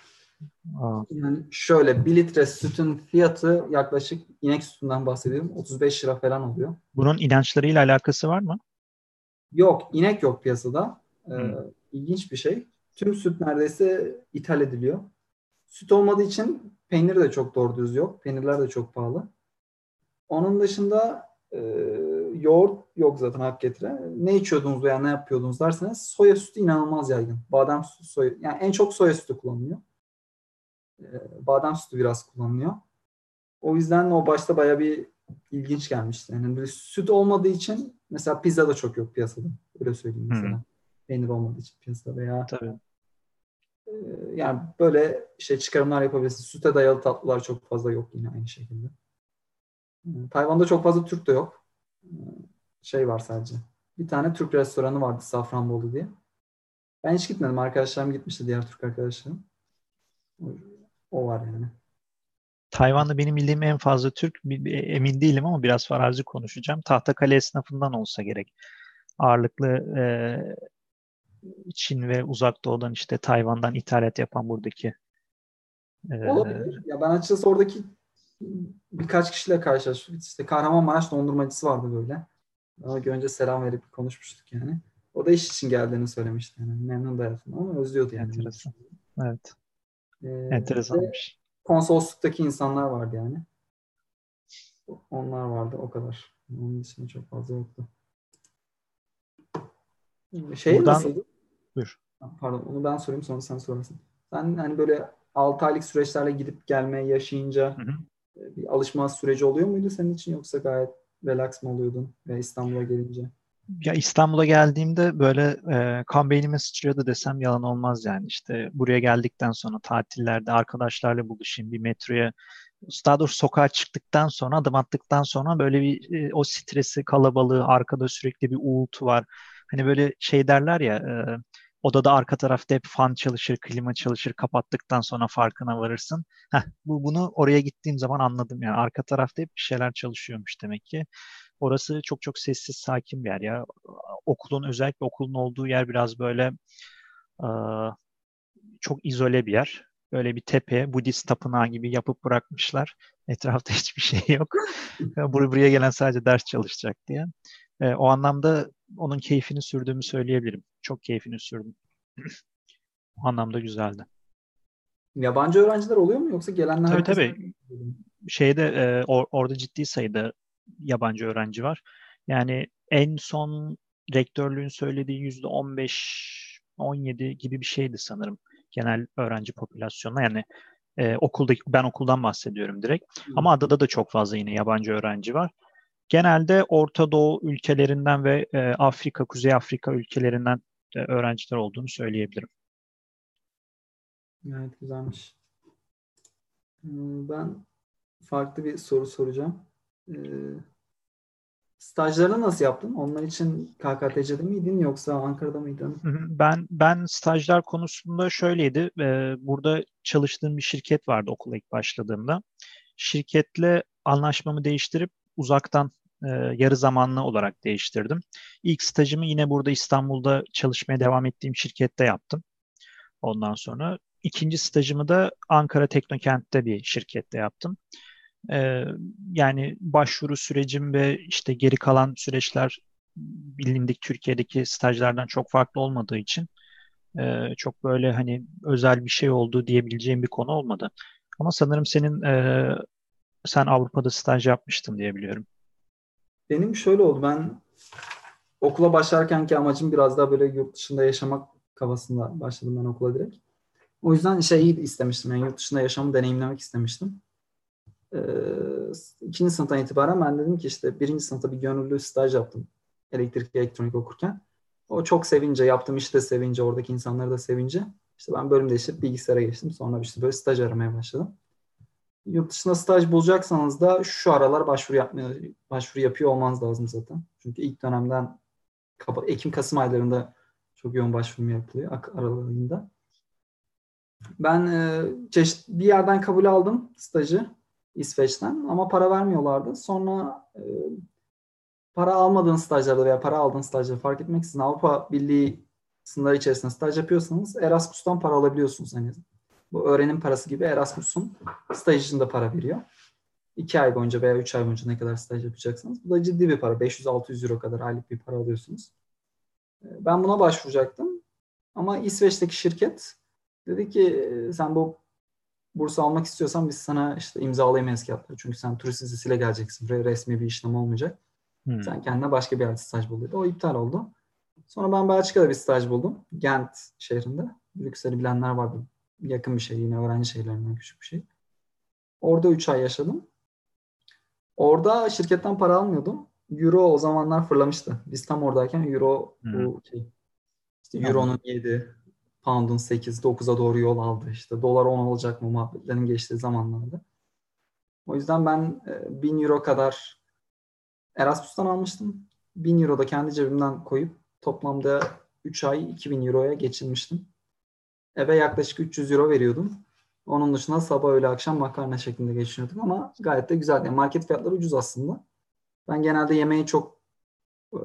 Aa. Yani şöyle bir litre sütün fiyatı yaklaşık inek sütünden bahsediyorum. otuz beş lira falan oluyor. Bunun inançlarıyla alakası var mı? Yok, inek yok piyasada. Ee, Hmm. ilginç bir şey. Tüm süt neredeyse ithal ediliyor. Süt olmadığı için peynir de çok doğru düz yok. Peynirler de çok pahalı. Onun dışında e, yoğurt yok zaten hak getire. Ne içiyordunuz veya ne yapıyordunuz derseniz soya sütü inanılmaz yaygın. Badem sütü, soya, yani en çok soya sütü kullanılıyor. E, badem sütü biraz kullanılıyor. O yüzden o başta bayağı bir ilginç gelmişti. Yani böyle süt olmadığı için mesela pizza da çok yok piyasada. Öyle söyleyeyim Hmm. mesela. Peynir olmadığı için piyasada veya Tabii. e, yani böyle şey çıkarımlar yapabilirsiniz. Süte dayalı tatlılar çok fazla yok yine aynı şekilde. E, Tayvan'da çok fazla Türk de yok. E, Şey var sadece. Bir tane Türk restoranı vardı Safranbolu diye. Ben hiç gitmedim. Arkadaşlarım gitmişti, diğer Türk arkadaşlarım. O, o var yani. Tayvan'da benim bildiğim en fazla Türk, bi- bi- emin değilim ama biraz farazi konuşacağım. Tahtakale esnafından olsa gerek. Ağırlıklı e, Çin ve Uzak Doğu'dan işte Tayvan'dan ithalat yapan buradaki. Olabilir. e, Ya ben açıkçası oradaki birkaç kişiyle karşılaştık. İşte Kahramanmaraş dondurmacısı vardı böyle. Ona önce selam verip konuşmuştuk yani. O da iş için geldiğini söylemişti. Yani memnun da hayatından ama özlüyordu yani. Enteresan. Evet. Ee, bir de Enteresanmış. konsolosluk'taki insanlar vardı yani. Onlar vardı o kadar. Onun dışında çok fazla yoktu. Şey Buradan nasıldı? buyur. Pardon, onu ben sorayım sonra sen sorarsın. Sen hani böyle altı aylık süreçlerle gidip gelmeye yaşayınca Hı hı. e, bir alışma süreci oluyor muydu senin için, yoksa gayet relax mı oluyordun ve İstanbul'a gelince? Ya İstanbul'a geldiğimde böyle e, kan beynime sıçrıyordu desem yalan olmaz yani. İşte buraya geldikten sonra tatillerde arkadaşlarla buluşayım, bir metroya, daha doğrusu sokağa çıktıktan sonra, adım attıktan sonra böyle bir e, o stresi, kalabalığı, arkada sürekli bir uğultu var. Hani böyle şey derler ya, e, odada arka tarafta hep fan çalışır, klima çalışır, kapattıktan sonra farkına varırsın. Heh, bu, bunu oraya gittiğim zaman anladım yani. Arka tarafta hep bir şeyler çalışıyormuş demek ki. Orası çok çok sessiz, sakin bir yer ya. Okulun, özellikle okulun olduğu yer biraz böyle e, çok izole bir yer. Böyle bir tepe, Budist tapınağı gibi yapıp bırakmışlar. Etrafta hiçbir şey yok. Buraya, buraya gelen sadece ders çalışacak diye. E, o anlamda onun keyfini sürdüğümü söyleyebilirim. Çok keyfini sürdüm. O anlamda güzeldi. Yabancı öğrenciler oluyor mu, yoksa gelenler Tabii herkes aynı tabii. mı? Şeyde e, or- orada ciddi sayıda yabancı öğrenci var. Yani en son rektörlüğün söylediği yüzde on beş on yedi gibi bir şeydi sanırım genel öğrenci popülasyonu. Yani e, okuldaki, ben okuldan bahsediyorum direkt. Ama adada da çok fazla yine yabancı öğrenci var. Genelde Orta Doğu ülkelerinden ve e, Afrika, Kuzey Afrika ülkelerinden e, öğrenciler olduğunu söyleyebilirim. Gayet güzelmiş. Hmm, Ben farklı bir soru soracağım. Ee, Stajlarını nasıl yaptın? Onlar için K K T C'de miydin yoksa Ankara'da mıydın? Hı hı. Ben ben stajlar konusunda şöyleydi. Ee, burada çalıştığım bir şirket vardı okula ilk başladığımda. Şirketle anlaşmamı değiştirip uzaktan e, yarı zamanlı olarak değiştirdim. İlk stajımı yine burada İstanbul'da çalışmaya devam ettiğim şirkette yaptım. Ondan sonra ikinci stajımı da Ankara Teknokent'te bir şirkette yaptım. Ee, Yani başvuru sürecim ve işte geri kalan süreçler bilindik Türkiye'deki stajlardan çok farklı olmadığı için e, çok böyle hani özel bir şey oldu diyebileceğim bir konu olmadı. Ama sanırım senin e, sen Avrupa'da staj yapmıştın diye biliyorum. Benim şöyle oldu. Ben okula başlarkenki amacım biraz daha böyle yurt dışında yaşamak kafasında başladım ben okula direkt. O yüzden şeyi istemiştim. Yani yurt dışında yaşamı deneyimlemek istemiştim. Ee, ikinci sınıftan itibaren ben dedim ki işte birinci sınıfta bir gönüllü staj yaptım. Elektrik elektronik okurken. O çok sevince, yaptığım işi de sevince, oradaki insanları da sevince işte ben bölüm değiştirip bilgisayara geçtim. Sonra işte böyle staj aramaya başladım. Yurt dışında staj bulacaksanız da şu aralar başvuru yapmaya, başvuru yapıyor olmanız lazım zaten. Çünkü ilk dönemden Ekim-Kasım aylarında çok yoğun başvuru yapılıyor, aralığında. Ben e, çeşit bir yerden kabul aldım stajı İsveç'ten, ama para vermiyorlardı. Sonra e, para almadığın stajlarda veya para aldığın stajlarda fark etmeksizin Avrupa Birliği sınırları içerisinde staj yapıyorsanız Erasmus'tan para alabiliyorsunuz. Hani Bu öğrenim parası gibi Erasmus'un staj için de para veriyor. iki ay boyunca veya üç ay boyunca ne kadar staj yapacaksınız. Bu da ciddi bir para. beş yüz altı yüz euro kadar aylık bir para alıyorsunuz. Ben buna başvuracaktım. Ama İsveç'teki şirket dedi ki sen bu bursu almak istiyorsan biz sana işte imzalayamayız kağıtları. Çünkü sen turist vizesiyle geleceksin. Buraya resmi bir işlem olmayacak. Hmm. Sen kendine başka bir yerde staj bul dedi. O iptal oldu. Sonra ben Belçika'da bir staj buldum. Gent şehrinde. Brüksel'i bilenler vardı. Yakın bir şey. Yine öğrenci şehirlerinden küçük bir şey. Orada üç ay yaşadım. Orada şirketten para almıyordum. Euro o zamanlar fırlamıştı. Biz tam oradayken Euro hmm. bu şey, işte Euro'nun yedi, Pound'un sekiz dokuza doğru yol aldı. İşte dolar on olacak mı muhabbetlerin geçtiği zamanlarda. O yüzden ben bin euro kadar Erasmus'tan almıştım. bin euro da kendi cebimden koyup toplamda üç ay iki bin euroya geçirmiştim. Eve yaklaşık üç yüz euro veriyordum. Onun dışında sabah öğle akşam makarna şeklinde geçiniyordum ama gayet de güzeldi. Yani market fiyatları ucuz aslında. Ben genelde yemeği çok e,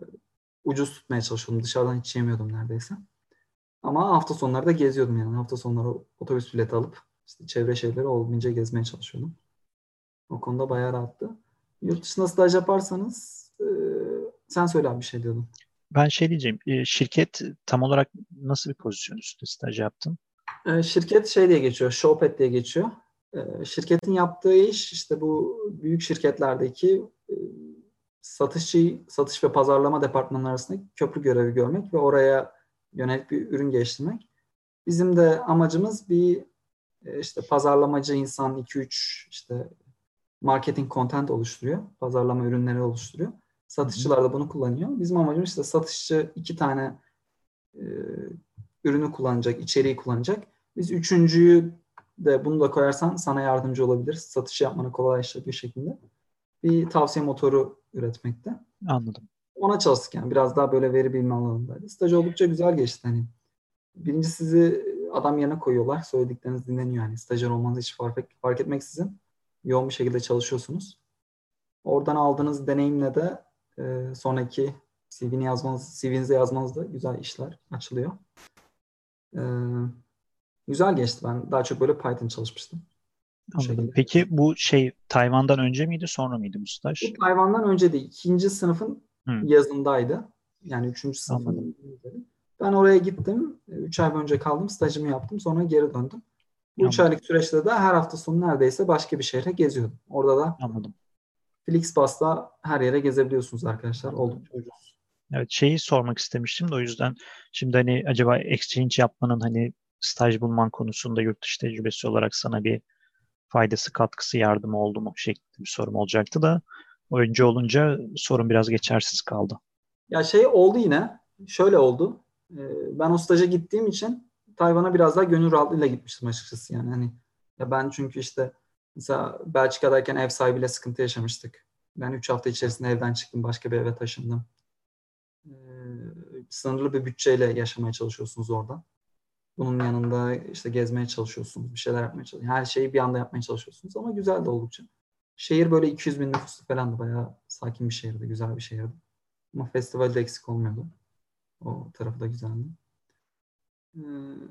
ucuz tutmaya çalışıyordum. Dışarıdan hiç yemiyordum neredeyse. Ama hafta sonları da geziyordum yani. Hafta sonları otobüs bileti alıp işte çevre şehirleri olabildiğince gezmeye çalışıyordum. O konuda bayağı rahattı. Yurt dışında staj yaparsanız e, sen söyle abi bir şey diyordun. Ben şey diyeceğim. Şirket tam olarak nasıl bir pozisyon üstünde staj yaptın? E, şirket şey diye geçiyor. Showpad diye geçiyor. E, şirketin yaptığı iş işte bu büyük şirketlerdeki e, satışçı, satış ve pazarlama departmanları arasında köprü görevi görmek ve oraya yönelik bir ürün geliştirmek. Bizim de amacımız bir işte pazarlamacı insan iki üç işte marketing content oluşturuyor. Pazarlama ürünleri oluşturuyor. Satışçılar da bunu kullanıyor. Bizim amacımız işte satışçı iki tane e, ürünü kullanacak, içeriği kullanacak. Biz üçüncüyü de bunu da koyarsan sana yardımcı olabilir. Satış yapmanı kolaylaştıracak bir şekilde. Bir tavsiye motoru üretmekte. Anladım. Ona çalıştık yani. Biraz daha böyle veri bilme alanındaydı. Staj oldukça güzel geçti. Hani birinci sizi adam yerine koyuyorlar. Söyledikleriniz dinleniyor yani. Stajyer olmanız hiç fark, fark etmeksizin yoğun bir şekilde çalışıyorsunuz. Oradan aldığınız deneyimle de e, sonraki C V'ni yazmanız, C V'nize yazmanız da güzel işler açılıyor. E, güzel geçti. Ben daha çok böyle Python çalışmıştım. Bu Anladım. Şekilde. Peki bu şey Tayvan'dan önce miydi sonra mıydı bu staj? Bu Tayvan'dan önce değil. İkinci sınıfın Hı. yazındaydı. Yani üçüncü sınıfın. Ben oraya gittim. Üç ay önce kaldım. Stajımı yaptım. Sonra geri döndüm. Bu üç aylık süreçte de her hafta sonu neredeyse başka bir şehre geziyordum. Orada da Anladım. Flixbus'ta her yere gezebiliyorsunuz arkadaşlar. Anladım. Oldukça ucuz. Evet, şeyi sormak istemiştim de o yüzden şimdi hani acaba exchange yapmanın hani staj bulman konusunda yurt dışı tecrübesi olarak sana bir faydası, katkısı, yardımı oldu mu şeklinde bir sorum olacaktı da önce olunca sorun biraz geçersiz kaldı. Ya şey oldu yine. Şöyle oldu. Ben o staja gittiğim için Tayvan'a biraz daha gönül rahatlığıyla gitmiştim açıkçası. Yani hani ya ben çünkü işte mesela Belçika'dayken ev sahibiyle sıkıntı yaşamıştık. Ben üç hafta içerisinde evden çıktım. Başka bir eve taşındım. Ee, sınırlı bir bütçeyle yaşamaya çalışıyorsunuz orada. Bunun yanında işte gezmeye çalışıyorsunuz. Bir şeyler yapmaya çalışıyorsunuz. Her şeyi bir anda yapmaya çalışıyorsunuz. Ama güzel de oldukça. Şehir böyle iki yüz bin nüfuslu falandı. Bayağı sakin bir şehirdi. Güzel bir şehirdi. Ama festivalde eksik olmuyordu. O tarafı da güzeldi. Ee,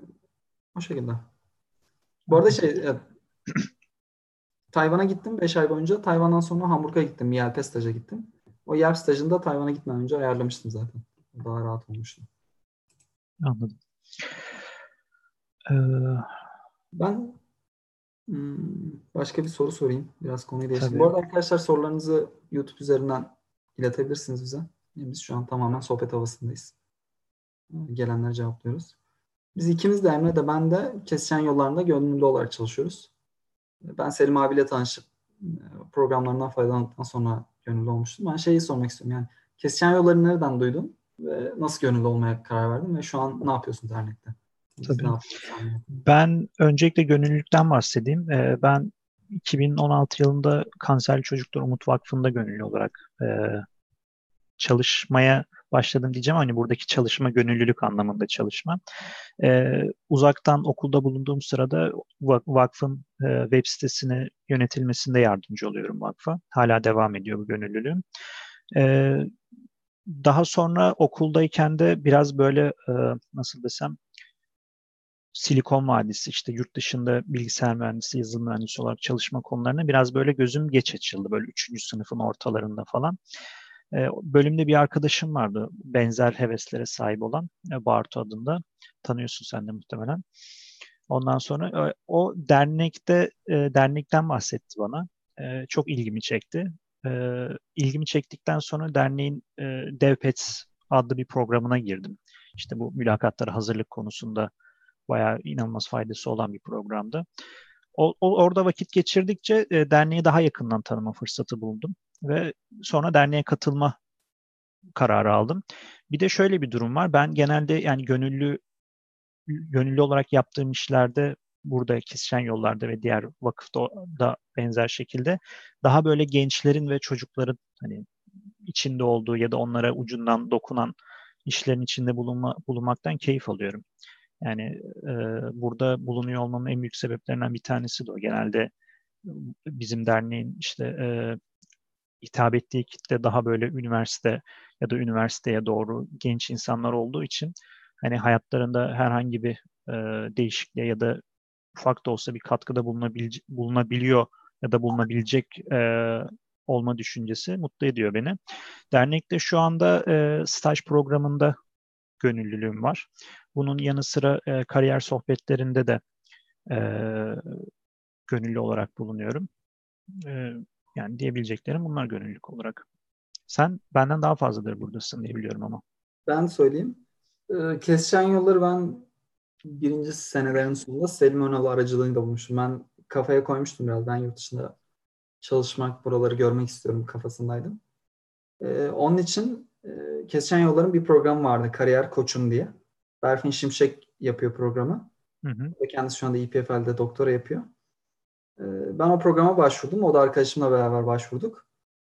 o şekilde. Bu arada şey evet, Tayvan'a gittim beş ay boyunca. Tayvan'dan sonra Hamburg'a gittim. Yelp staja gittim. O Yelp stajında Tayvan'a gitmeden önce ayarlamıştım zaten. Daha rahat olmuştu. Anladım. Ee... Ben hmm, başka bir soru sorayım. Biraz konuyu değiştireyim. Bu arada arkadaşlar sorularınızı YouTube üzerinden iletebilirsiniz bize. Biz şu an tamamen sohbet havasındayız. Gelenleri cevaplıyoruz. Biz ikimiz de Emre de ben de kesişen yollarında gönüllü olarak çalışıyoruz. Ben Selim abiyle tanışıp programlarından faydalandıktan sonra gönüllü olmuştum. Ben şeyi sormak istiyorum yani kesişen yolları nereden duydun ve nasıl gönüllü olmaya karar verdin ve şu an ne yapıyorsun dernekte? Tabii. Ne yapıyorsun? Ben öncelikle gönüllülükten bahsedeyim. Ben iki bin on altı yılında Kanserli Çocuklar Umut Vakfı'nda gönüllü olarak çalışmaya başladım diyeceğim. Hani buradaki çalışma gönüllülük anlamında çalışma. Ee, uzaktan okulda bulunduğum sırada vakfın e, web sitesini yönetilmesinde yardımcı oluyorum vakfa. Hala devam ediyor bu gönüllülüğüm. Ee, daha sonra okuldayken de biraz böyle e, nasıl desem Silikon Vadisi, işte yurt dışında bilgisayar mühendisi, yazılım mühendisi olarak çalışma konularına biraz böyle gözüm geç açıldı. Böyle üçüncü sınıfın ortalarında falan. E, bölümde bir arkadaşım vardı. Benzer heveslere sahip olan. E, Bartu adında. Tanıyorsun sen de muhtemelen. Ondan sonra e, o dernekte e, dernekten bahsetti bana. E, çok ilgimi çekti. E, ilgimi çektikten sonra derneğin e, DevPets adlı bir programına girdim. İşte bu mülakatlara hazırlık konusunda bayağı inanılmaz faydası olan bir programdı. O, o orada vakit geçirdikçe e, derneği daha yakından tanıma fırsatı buldum ve sonra derneğe katılma kararı aldım. Bir de şöyle bir durum var. Ben genelde yani gönüllü gönüllü olarak yaptığım işlerde burada Kesişen Yollar'da ve diğer vakıfta da benzer şekilde daha böyle gençlerin ve çocukların hani içinde olduğu ya da onlara ucundan dokunan işlerin içinde bulunma, bulunmaktan keyif alıyorum. Yani e, burada bulunuyor olmamın en büyük sebeplerinden bir tanesi de o. Genelde bizim derneğin işte e, hitap ettiği kitle daha böyle üniversite ya da üniversiteye doğru genç insanlar olduğu için hani hayatlarında herhangi bir e, değişikliğe ya da ufak da olsa bir katkıda bulunabil bulunabiliyor ya da bulunabilecek e, olma düşüncesi mutlu ediyor beni. Dernekte şu anda e, staj programında gönüllülüğüm var. Bunun yanı sıra e, kariyer sohbetlerinde de e, gönüllü olarak bulunuyorum. E, yani diyebileceklerim bunlar gönüllülük olarak. Sen benden daha fazladır buradasın diye biliyorum ama. Ben söyleyeyim. Ee, Kesişen Yolları ben birinci senelerin sonunda Selim Önal aracılığıyla bulmuştum. Ben kafaya koymuştum biraz. Ben yurt dışında çalışmak, buraları görmek istiyorum kafasındaydım. Ee, onun için e, Kesişen Yollar'ın bir programı vardı. Kariyer Koçum diye. Berfin Şimşek yapıyor programı. Hı hı. Ve kendisi şu anda E P F L'de doktora yapıyor. Ee, ben o programa başvurdum. O da arkadaşımla beraber başvurduk.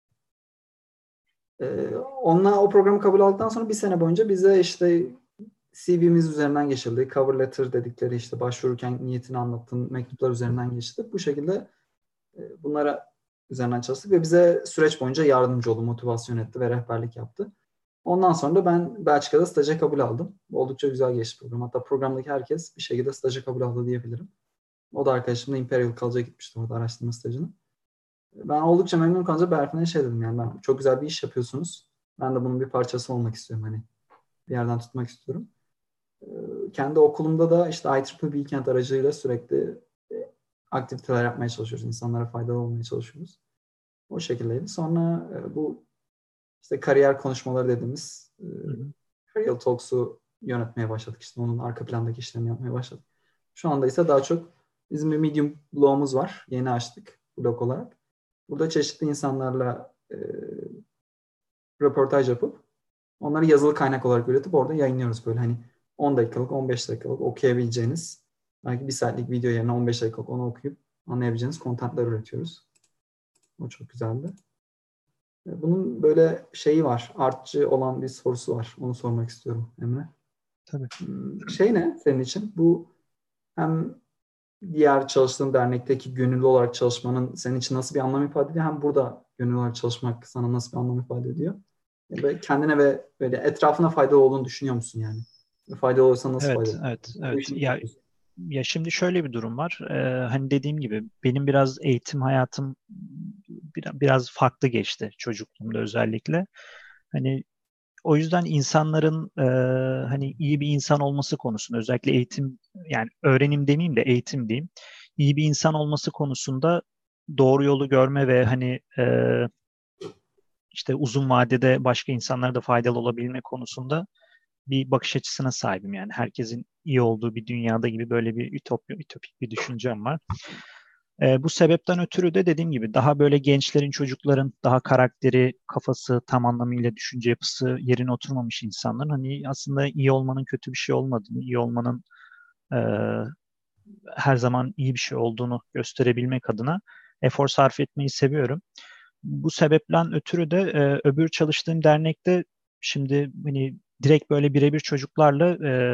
Ee, onunla o programı kabul aldıktan sonra bir sene boyunca bize işte C V'miz üzerinden geçildi. Cover letter dedikleri işte başvururken niyetini anlattığın mektuplar üzerinden geçti. Bu şekilde e, bunlara üzerinden çalıştık ve bize süreç boyunca yardımcı oldu, motivasyon etti ve rehberlik yaptı. Ondan sonra da ben Belçika'da staja kabul aldım. Oldukça güzel geçti program. Hatta programdaki herkes bir şekilde staja kabul aldı diyebilirim. O da arkadaşımla Imperial College'a gitmişti orada araştırma stajını. Ben oldukça memnun kalınca Berfin'e şey dedim yani ben çok güzel bir iş yapıyorsunuz. Ben de bunun bir parçası olmak istiyorum hani. Bir yerden tutmak istiyorum. Kendi okulumda da işte I E E E Weekend aracılığıyla sürekli aktiviteler yapmaya çalışıyoruz. İnsanlara faydalı olmaya çalışıyoruz. O şekildeydi. Sonra bu işte kariyer konuşmaları dediğimiz Hı hı. Career Talks'u yönetmeye başladık. İşte onun arka plandaki işlerini yapmaya başladık. Şu anda ise daha çok bizim bir Medium blogumuz var. Yeni açtık blog olarak. Burada çeşitli insanlarla e, röportaj yapıp onları yazılı kaynak olarak üretip orada yayınlıyoruz böyle hani on dakikalık, on beş dakikalık okuyabileceğiniz belki bir saatlik video yerine on beş dakikalık onu okuyup anlayabileceğiniz kontentler üretiyoruz. O çok güzeldi. Bunun böyle şeyi var. Artçı olan bir sorusu var. Onu sormak istiyorum Emre. Tabii. Şey ne senin için? Bu hem diğer çalıştığın dernekteki gönüllü olarak çalışmanın senin için nasıl bir anlam ifade ediyor? Hem burada gönüllü olarak çalışmak sana nasıl bir anlam ifade ediyor? Ve kendine ve böyle etrafına faydalı olduğunu düşünüyor musun yani? Faydalı olursa nasıl Evet, faydalı? evet, Bu evet. işin Ya ya şimdi şöyle bir durum var. Ee, hani dediğim gibi benim biraz eğitim hayatım biraz, biraz farklı geçti çocukluğumda özellikle. Hani o yüzden insanların e, hani iyi bir insan olması konusunda özellikle eğitim yani öğrenim demeyeyim de eğitim diyeyim. İyi bir insan olması konusunda doğru yolu görme ve hani e, işte uzun vadede başka insanlara da faydalı olabilme konusunda bir bakış açısına sahibim. Yani herkesin iyi olduğu bir dünyada gibi böyle bir ütopya, ütopik bir düşüncem var. E, bu sebepten ötürü de dediğim gibi daha böyle gençlerin, çocukların daha karakteri, kafası tam anlamıyla düşünce yapısı yerine oturmamış insanların hani aslında iyi olmanın kötü bir şey olmadığını, iyi olmanın e, her zaman iyi bir şey olduğunu gösterebilmek adına efor sarf etmeyi seviyorum. Bu sebepten ötürü de e, öbür çalıştığım dernekte şimdi hani direkt böyle birebir çocuklarla e,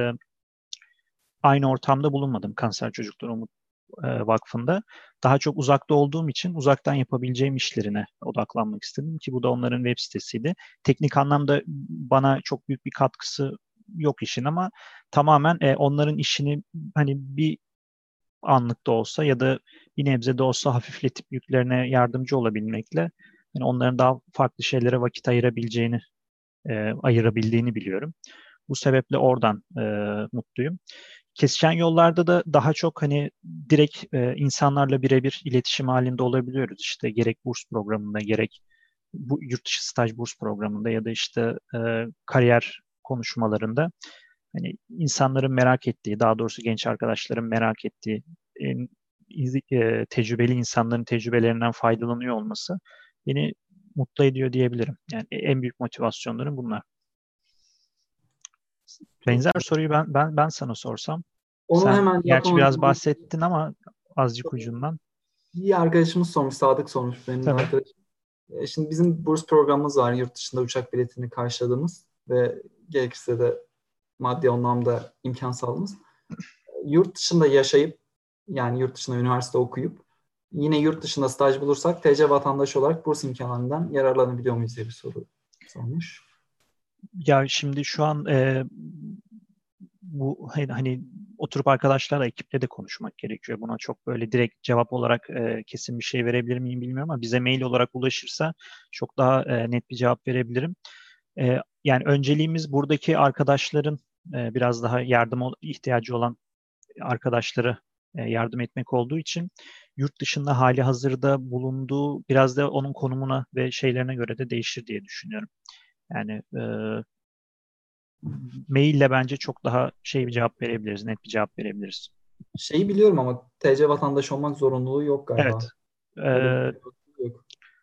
aynı ortamda bulunmadım Kanser Çocukları Umut e, Vakfı'nda. Daha çok uzakta olduğum için uzaktan yapabileceğim işlerine odaklanmak istedim ki bu da onların web sitesiydi. Teknik anlamda bana çok büyük bir katkısı yok işin ama tamamen e, onların işini hani bir anlık da olsa ya da bir nebze de olsa hafifletip yüklerine yardımcı olabilmekle yani onların daha farklı şeylere vakit ayırabileceğini, e, ayırabildiğini biliyorum. Bu sebeple oradan e, mutluyum. Kesişen yollarda da daha çok hani direkt e, insanlarla birebir iletişim halinde olabiliyoruz. İşte gerek burs programında gerek bu yurt dışı staj burs programında ya da işte e, kariyer konuşmalarında hani insanların merak ettiği, daha doğrusu genç arkadaşların merak ettiği, en, e, tecrübeli insanların tecrübelerinden faydalanıyor olması beni mutlu ediyor diyebilirim. Yani en büyük motivasyonlarım bunlar. Çok Benzer güzel. soruyu ben ben ben sana sorsam. Onu Sen hemen gerçi biraz yapamadım. bahsettin ama azıcık ucundan. Bir arkadaşımız sormuş, Sadık sormuş, benim de Tabii. arkadaşım. E, Şimdi bizim burs programımız var. Yurt dışında uçak biletini karşıladığımız ve gerekirse de maddi anlamda imkan sağladığımız. Yurt dışında yaşayıp, yani yurt dışında üniversite okuyup yine yurt dışında staj bulursak T C vatandaşı olarak burs imkanlarından yararlanabiliyor muyuz diye bir soru sormuş. Ya şimdi şu an e, bu hani, hani oturup arkadaşlarla ekiple de konuşmak gerekiyor. Buna çok böyle direkt cevap olarak e, kesin bir şey verebilir miyim bilmiyorum ama bize mail olarak ulaşırsa çok daha e, net bir cevap verebilirim. E, yani önceliğimiz buradaki arkadaşların e, biraz daha yardım ihtiyacı olan arkadaşları e, yardım etmek olduğu için yurt dışında hali hazırda bulunduğu biraz da onun konumuna ve şeylerine göre de değişir diye düşünüyorum. Yani e, maille bence çok daha şey bir cevap verebiliriz, net bir cevap verebiliriz. Şeyi biliyorum ama T C vatandaşı olmak zorunluluğu yok Evet. galiba. Öyle bir E, şey yok.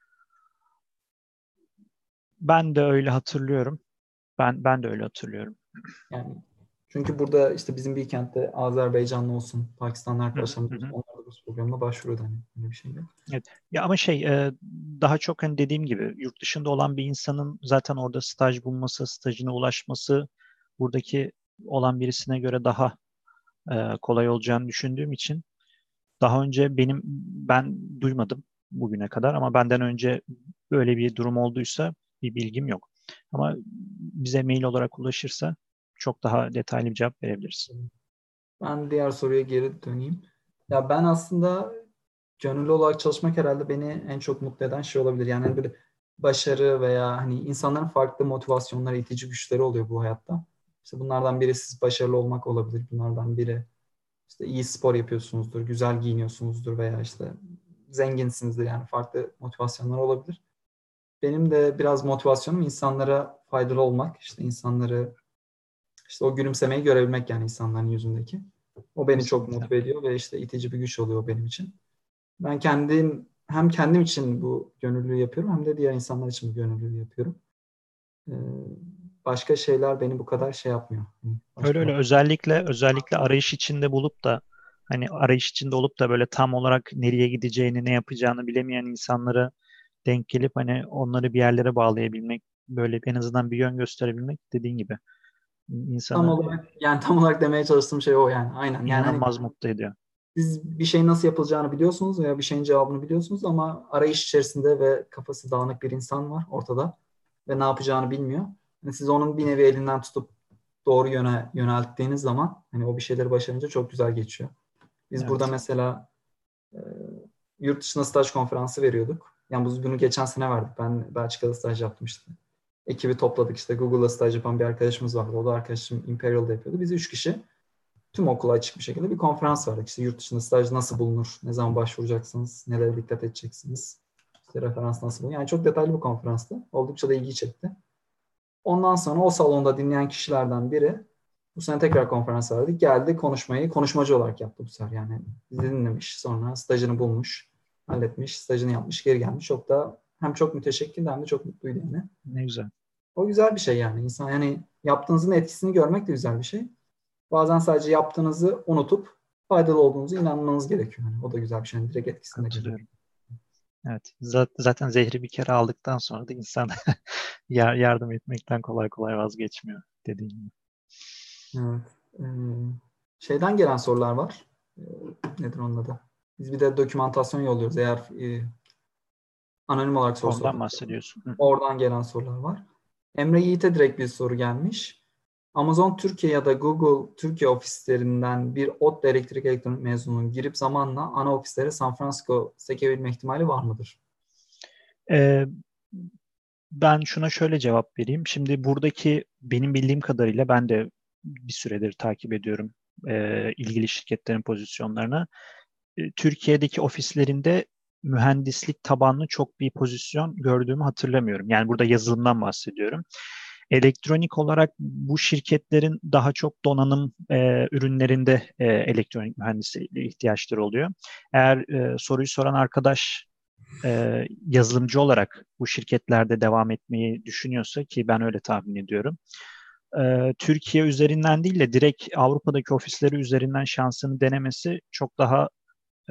ben de öyle hatırlıyorum. Ben ben de öyle hatırlıyorum. Yani çünkü burada işte bizim bir kentte Azerbaycanlı olsun, Pakistanlı Hı hı, arkadaşlarımız hı olsun, hı. onlar da bu programına başvuruyor, hani öyle bir şey yok. Evet. Ya ama şey e, daha çok hani dediğim gibi yurt dışında olan bir insanın zaten orada staj bulması, stajına ulaşması buradaki olan birisine göre daha e, kolay olacağını düşündüğüm için daha önce benim ben duymadım bugüne kadar ama benden önce böyle bir durum olduysa bir bilgim yok. Ama bize mail olarak ulaşırsa çok daha detaylı bir cevap verebiliriz. Ben diğer soruya geri döneyim. Ya ben aslında gönüllü olarak çalışmak herhalde beni en çok mutlu eden şey olabilir. Yani hani böyle başarı veya hani insanların farklı motivasyonları, itici güçleri oluyor bu hayatta. İşte bunlardan biri siz başarılı olmak olabilir. Bunlardan biri işte iyi spor yapıyorsunuzdur, güzel giyiniyorsunuzdur veya işte zenginsinizdir, yani farklı motivasyonlar olabilir. Benim de biraz motivasyonum insanlara faydalı olmak, işte insanları, işte o gülümsemeyi görebilmek, yani insanların yüzündeki. O beni çok Kesinlikle. motive ediyor ve işte itici bir güç oluyor benim için. Ben kendim hem kendim için bu gönüllülüğü yapıyorum hem de diğer insanlar için bu gönüllülüğü yapıyorum. Ee, Başka şeyler beni bu kadar şey yapmıyor. Hani Öyle öyle başka özellikle özellikle arayış içinde bulup da hani arayış içinde olup da böyle tam olarak nereye gideceğini, ne yapacağını bilemeyen insanlara denk gelip hani onları bir yerlere bağlayabilmek, böyle en azından bir yön gösterebilmek dediğin gibi tam insanı olarak, yani tam olarak demeye çalıştığım şey o yani. Aynen. Yani hani inanılmaz mutlu ediyor. siz bir şeyin nasıl yapılacağını biliyorsunuz veya bir şeyin cevabını biliyorsunuz ama arayış içerisinde ve kafası dağınık bir insan var ortada ve ne yapacağını bilmiyor. Yani siz onun bir nevi elinden tutup doğru yöne yönelttiğiniz zaman hani o bir şeyleri başarınca çok güzel geçiyor. Biz burada Evet. mesela e, yurt dışında staj konferansı veriyorduk. Yani biz bunu geçen sene verdik. Ben Belçika'da staj yaptım işte. Ekibi topladık, işte Google'da staj yapan bir arkadaşımız vardı. O da arkadaşım Imperial'da yapıyordu. Biz üç kişi tüm okula açık bir şekilde bir konferans verdik. İşte yurt dışında staj nasıl bulunur, ne zaman başvuracaksınız, nelere dikkat edeceksiniz, işte referans nasıl bulunur. Yani çok detaylı bir konferanstı. Oldukça da ilgi çekti. Ondan sonra o salonda dinleyen kişilerden biri bu sene tekrar konferans verdik. Geldi konuşmayı konuşmacı olarak yaptı bu sefer. Yani bizi dinlemiş, sonra stajını bulmuş, halletmiş, stajını yapmış, geri gelmiş. Çok da hem çok müteşekkir hem de çok mutluydu yani. Ne güzel. O güzel bir şey yani. İnsan yani yaptığınızın etkisini görmek de güzel bir şey. Bazen sadece yaptığınızı unutup faydalı olduğunuzu inanmanız gerekiyor. Yani o da güzel bir şey. Yani direkt etkisini de görüyorum. Katılıyorum. Evet. Zat- Zaten zehri bir kere aldıktan sonra da insan yar- yardım etmekten kolay kolay vazgeçmiyor dediğin gibi. Evet. Ee, Şeyden gelen sorular var. Ee, Nedir onun adı? Biz bir de dokümantasyon yolluyoruz. Eğer e, anonim olarak soru Ondan sorduk. bahsediyorsun. Hı hı. Oradan gelen sorular var. Emre Yiğit'e direkt bir soru gelmiş. Amazon Türkiye ya da Google Türkiye ofislerinden bir ODTÜ elektrik elektronik mezununun girip zamanla ana ofislere San Francisco sekebilme ihtimali var mıdır? Ee, Ben şuna şöyle cevap vereyim. Şimdi buradaki benim bildiğim kadarıyla ben de bir süredir takip ediyorum e, ilgili şirketlerin pozisyonlarını. E, Türkiye'deki ofislerinde mühendislik tabanlı çok bir pozisyon gördüğümü hatırlamıyorum. Yani burada yazılımdan bahsediyorum. Elektronik olarak bu şirketlerin daha çok donanım e, ürünlerinde e, elektronik mühendisliğe ihtiyaçları oluyor. Eğer e, soruyu soran arkadaş e, yazılımcı olarak bu şirketlerde devam etmeyi düşünüyorsa, ki ben öyle tahmin ediyorum, e, Türkiye üzerinden değil de direkt Avrupa'daki ofisleri üzerinden şansını denemesi çok daha e,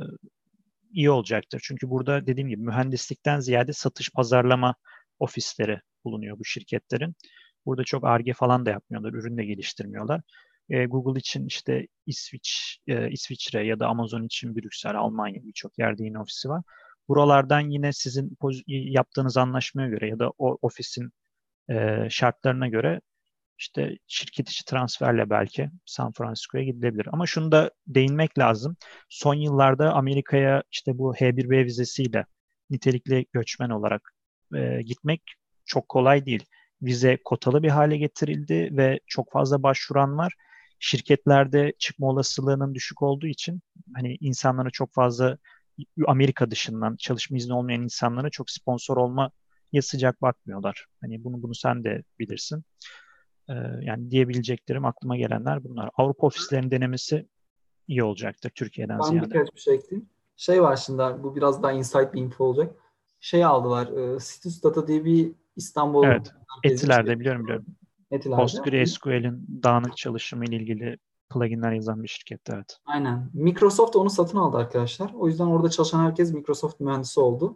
iyi olacaktır. Çünkü burada dediğim gibi mühendislikten ziyade satış pazarlama ofisleri bulunuyor bu şirketlerin. Burada çok Ar-Ge falan da yapmıyorlar, ürün de geliştirmiyorlar. E, Google için işte İsviç, e, İsviçre ya da Amazon için Brüksel, Almanya, birçok yerde yine ofisi var. Buralardan yine sizin poz- yaptığınız anlaşmaya göre ya da o ofisin e, şartlarına göre işte şirket içi transferle belki San Francisco'ya gidilebilir. Ama şunu da değinmek lazım. Son yıllarda Amerika'ya işte bu H bir B vizesiyle nitelikli göçmen olarak e, gitmek çok kolay değil. Vize kotalı bir hale getirildi ve çok fazla başvuran var. Şirketlerde çıkma olasılığının düşük olduğu için hani insanlara çok fazla Amerika dışından çalışma izni olmayan insanlara çok sponsor olma ya sıcak bakmıyorlar. Hani bunu bunu sen de bilirsin. Ee, yani diyebileceklerim, aklıma gelenler bunlar. Avrupa ofislerinin denemesi iyi olacaktır Türkiye'den Ben ziyade. birkaç bir şey ekleyeyim. Şey var şimdi, bu biraz daha insight bir info olacak. Şey aldılar, e, Status Data diye bir İstanbul Evet. merkezli bir Etiler'de şirket biliyorum var. biliyorum. Etiler'de. PostgreSQL'in dağınık çalışımı ile ilgili pluginler yazan bir şirket, evet. Aynen. Microsoft onu satın aldı arkadaşlar. O yüzden orada çalışan herkes Microsoft mühendisi oldu.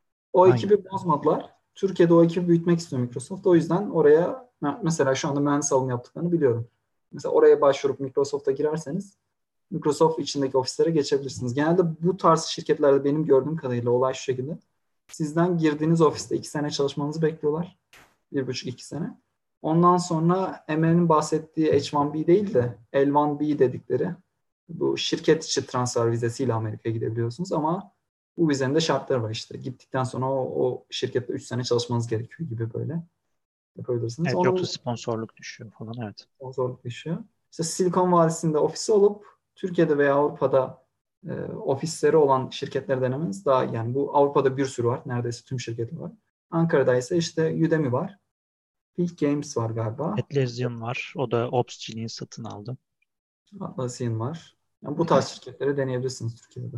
O Aynen. ekibi bozmadılar. Türkiye'de o ekibi büyütmek istiyor Microsoft. O yüzden oraya mesela şu anda mühendis alım yaptıklarını biliyorum. Mesela oraya başvurup Microsoft'a girerseniz Microsoft içindeki ofislere geçebilirsiniz. Genelde bu tarz şirketlerde benim gördüğüm kadarıyla olay şu şekilde. Sizden girdiğiniz ofiste iki sene çalışmanızı bekliyorlar. Bir buçuk iki sene. Ondan sonra Emre'nin bahsettiği H bir B değil de L bir B dedikleri bu şirket içi transfer vizesiyle Amerika'ya gidebiliyorsunuz ama bu vizenin de şartları var işte. Gittikten sonra o, o şirkette üç sene çalışmanız gerekiyor gibi böyle yapabilirsiniz. Evet, yoksa Onun sponsorluk düşüyor falan, evet. zorluk düşüyor. İşte Silikon Vadisi'nde ofisi olup Türkiye'de veya Avrupa'da e, ofisleri olan şirketleri denemeniz daha, yani bu Avrupa'da bir sürü var. Neredeyse tüm şirketler var. Ankara'da ise işte Udemy var. Peak Games var galiba. Atlassian var. O da Opsgenius'i satın aldı. Atlassian var. Yani bu tarz şirketleri deneyebilirsiniz Türkiye'de.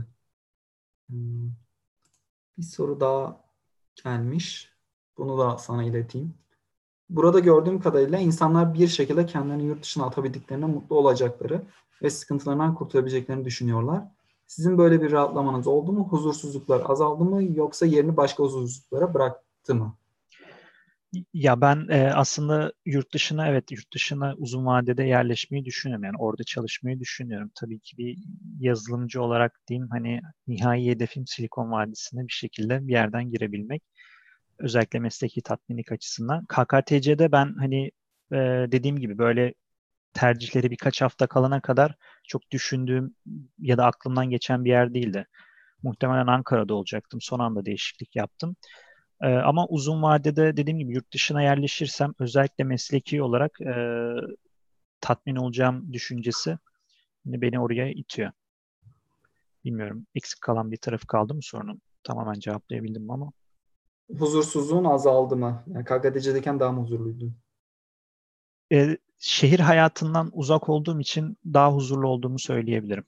Hmm, Bir soru daha gelmiş. Bunu da sana ileteyim. Burada gördüğüm kadarıyla insanlar bir şekilde kendilerini yurt dışına atabildiklerine mutlu olacakları ve sıkıntılarından kurtulabileceklerini düşünüyorlar. Sizin böyle bir rahatlamanız oldu mu? Huzursuzluklar azaldı mı yoksa yerini başka huzursuzluklara bıraktı mı? Ya ben e, aslında yurt dışına, evet, yurt dışına uzun vadede yerleşmeyi düşünüyorum. Yani orada çalışmayı düşünüyorum. Tabii ki bir yazılımcı olarak diyeyim, hani nihai hedefim Silikon Vadisi'ne bir şekilde bir yerden girebilmek. Özellikle mesleki tatminlik açısından. K K T C'de ben hani e, dediğim gibi böyle tercihleri birkaç hafta kalana kadar çok düşündüğüm ya da aklımdan geçen bir yer değildi. Muhtemelen Ankara'da olacaktım. Son anda değişiklik yaptım. Ee, ama uzun vadede dediğim gibi yurt dışına yerleşirsem özellikle mesleki olarak e, tatmin olacağım düşüncesi yine beni oraya itiyor. Bilmiyorum, eksik kalan bir tarafı kaldı mı sorunun? Tamamen cevaplayabildim ama. Huzursuzluğun azaldı mı? Yani K K T C'deyken daha mı huzurluydun? E, şehir hayatından uzak olduğum için daha huzurlu olduğumu söyleyebilirim.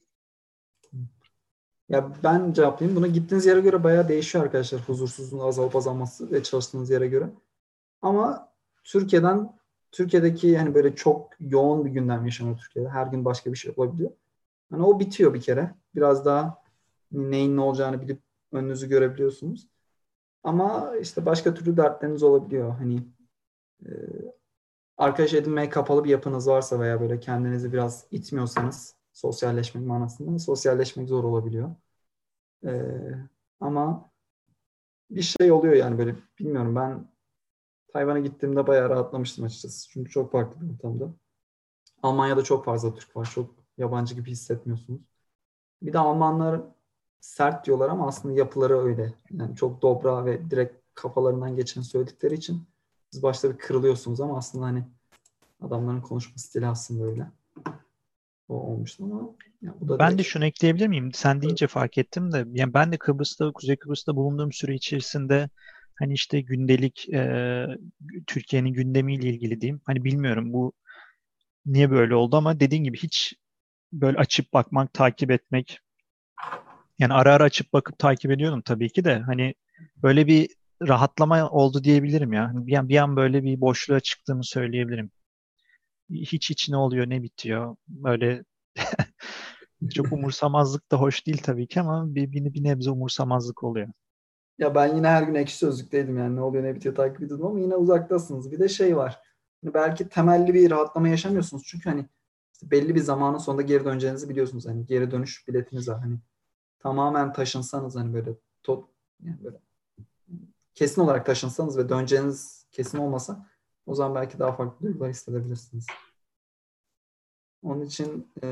Ya ben cevaplayayım. Buna gittiğiniz yere göre bayağı değişiyor arkadaşlar. Huzursuzluğun azalıp azalması ve çalıştığınız yere göre. Ama Türkiye'den Türkiye'deki yani böyle çok yoğun bir gündem yaşanıyor Türkiye'de. Her gün başka bir şey olabiliyor. Hani o bitiyor bir kere. Biraz daha neyin ne olacağını bilip önünüzü görebiliyorsunuz. Ama işte başka türlü dertleriniz olabiliyor. Hani e, arkadaş edinmeye kapalı bir yapınız varsa veya böyle kendinizi biraz itmiyorsanız sosyalleşmek manasında sosyalleşmek zor olabiliyor. E, ama bir şey oluyor yani böyle, bilmiyorum, ben Tayvan'a gittiğimde bayağı rahatlamıştım açıkçası. Çünkü çok farklı bir ortamda. Almanya'da çok fazla Türk var. Çok yabancı gibi hissetmiyorsunuz. Bir de Almanlar sert diyorlar ama aslında yapıları öyle. Yani çok dobra ve direkt kafalarından geçen söyledikleri için siz başta bir kırılıyorsunuz ama aslında hani adamların konuşma stili aslında öyle. O olmuştu ama ya bu da Ben de direkt şunu ekleyebilir miyim? Sen deyince fark ettim de, yani ben de Kıbrıs'ta, Kuzey Kıbrıs'ta bulunduğum süre içerisinde hani işte gündelik e, Türkiye'nin gündemiyle ilgili diyeyim. Hani bilmiyorum bu niye böyle oldu ama dediğin gibi hiç böyle açıp bakmak, takip etmek, yani ara ara açıp bakıp takip ediyordum tabii ki de hani böyle bir rahatlama oldu diyebilirim ya. Hani bir an, bir an böyle bir boşluğa çıktığımı söyleyebilirim. Hiç hiç ne oluyor, ne bitiyor. Böyle çok umursamazlık da hoş değil tabii ki ama bir, bir, bir nebze umursamazlık oluyor. ya ben yine her gün Ekşi Sözlük'teydim yani ne oluyor ne bitiyor takip ediyordum ama yine uzaktasınız. Bir de şey var. Hani belki temelli bir rahatlama yaşamıyorsunuz. Çünkü hani işte belli bir zamanın sonunda geri döneceğinizi biliyorsunuz. Hani geri dönüş biletiniz var. Hani tamamen taşınsanız hani böyle tot, yani böyle kesin olarak taşınsanız ve döneceğiniz kesin olmasa o zaman belki daha farklı duygular hissedebilirsiniz. Onun için e,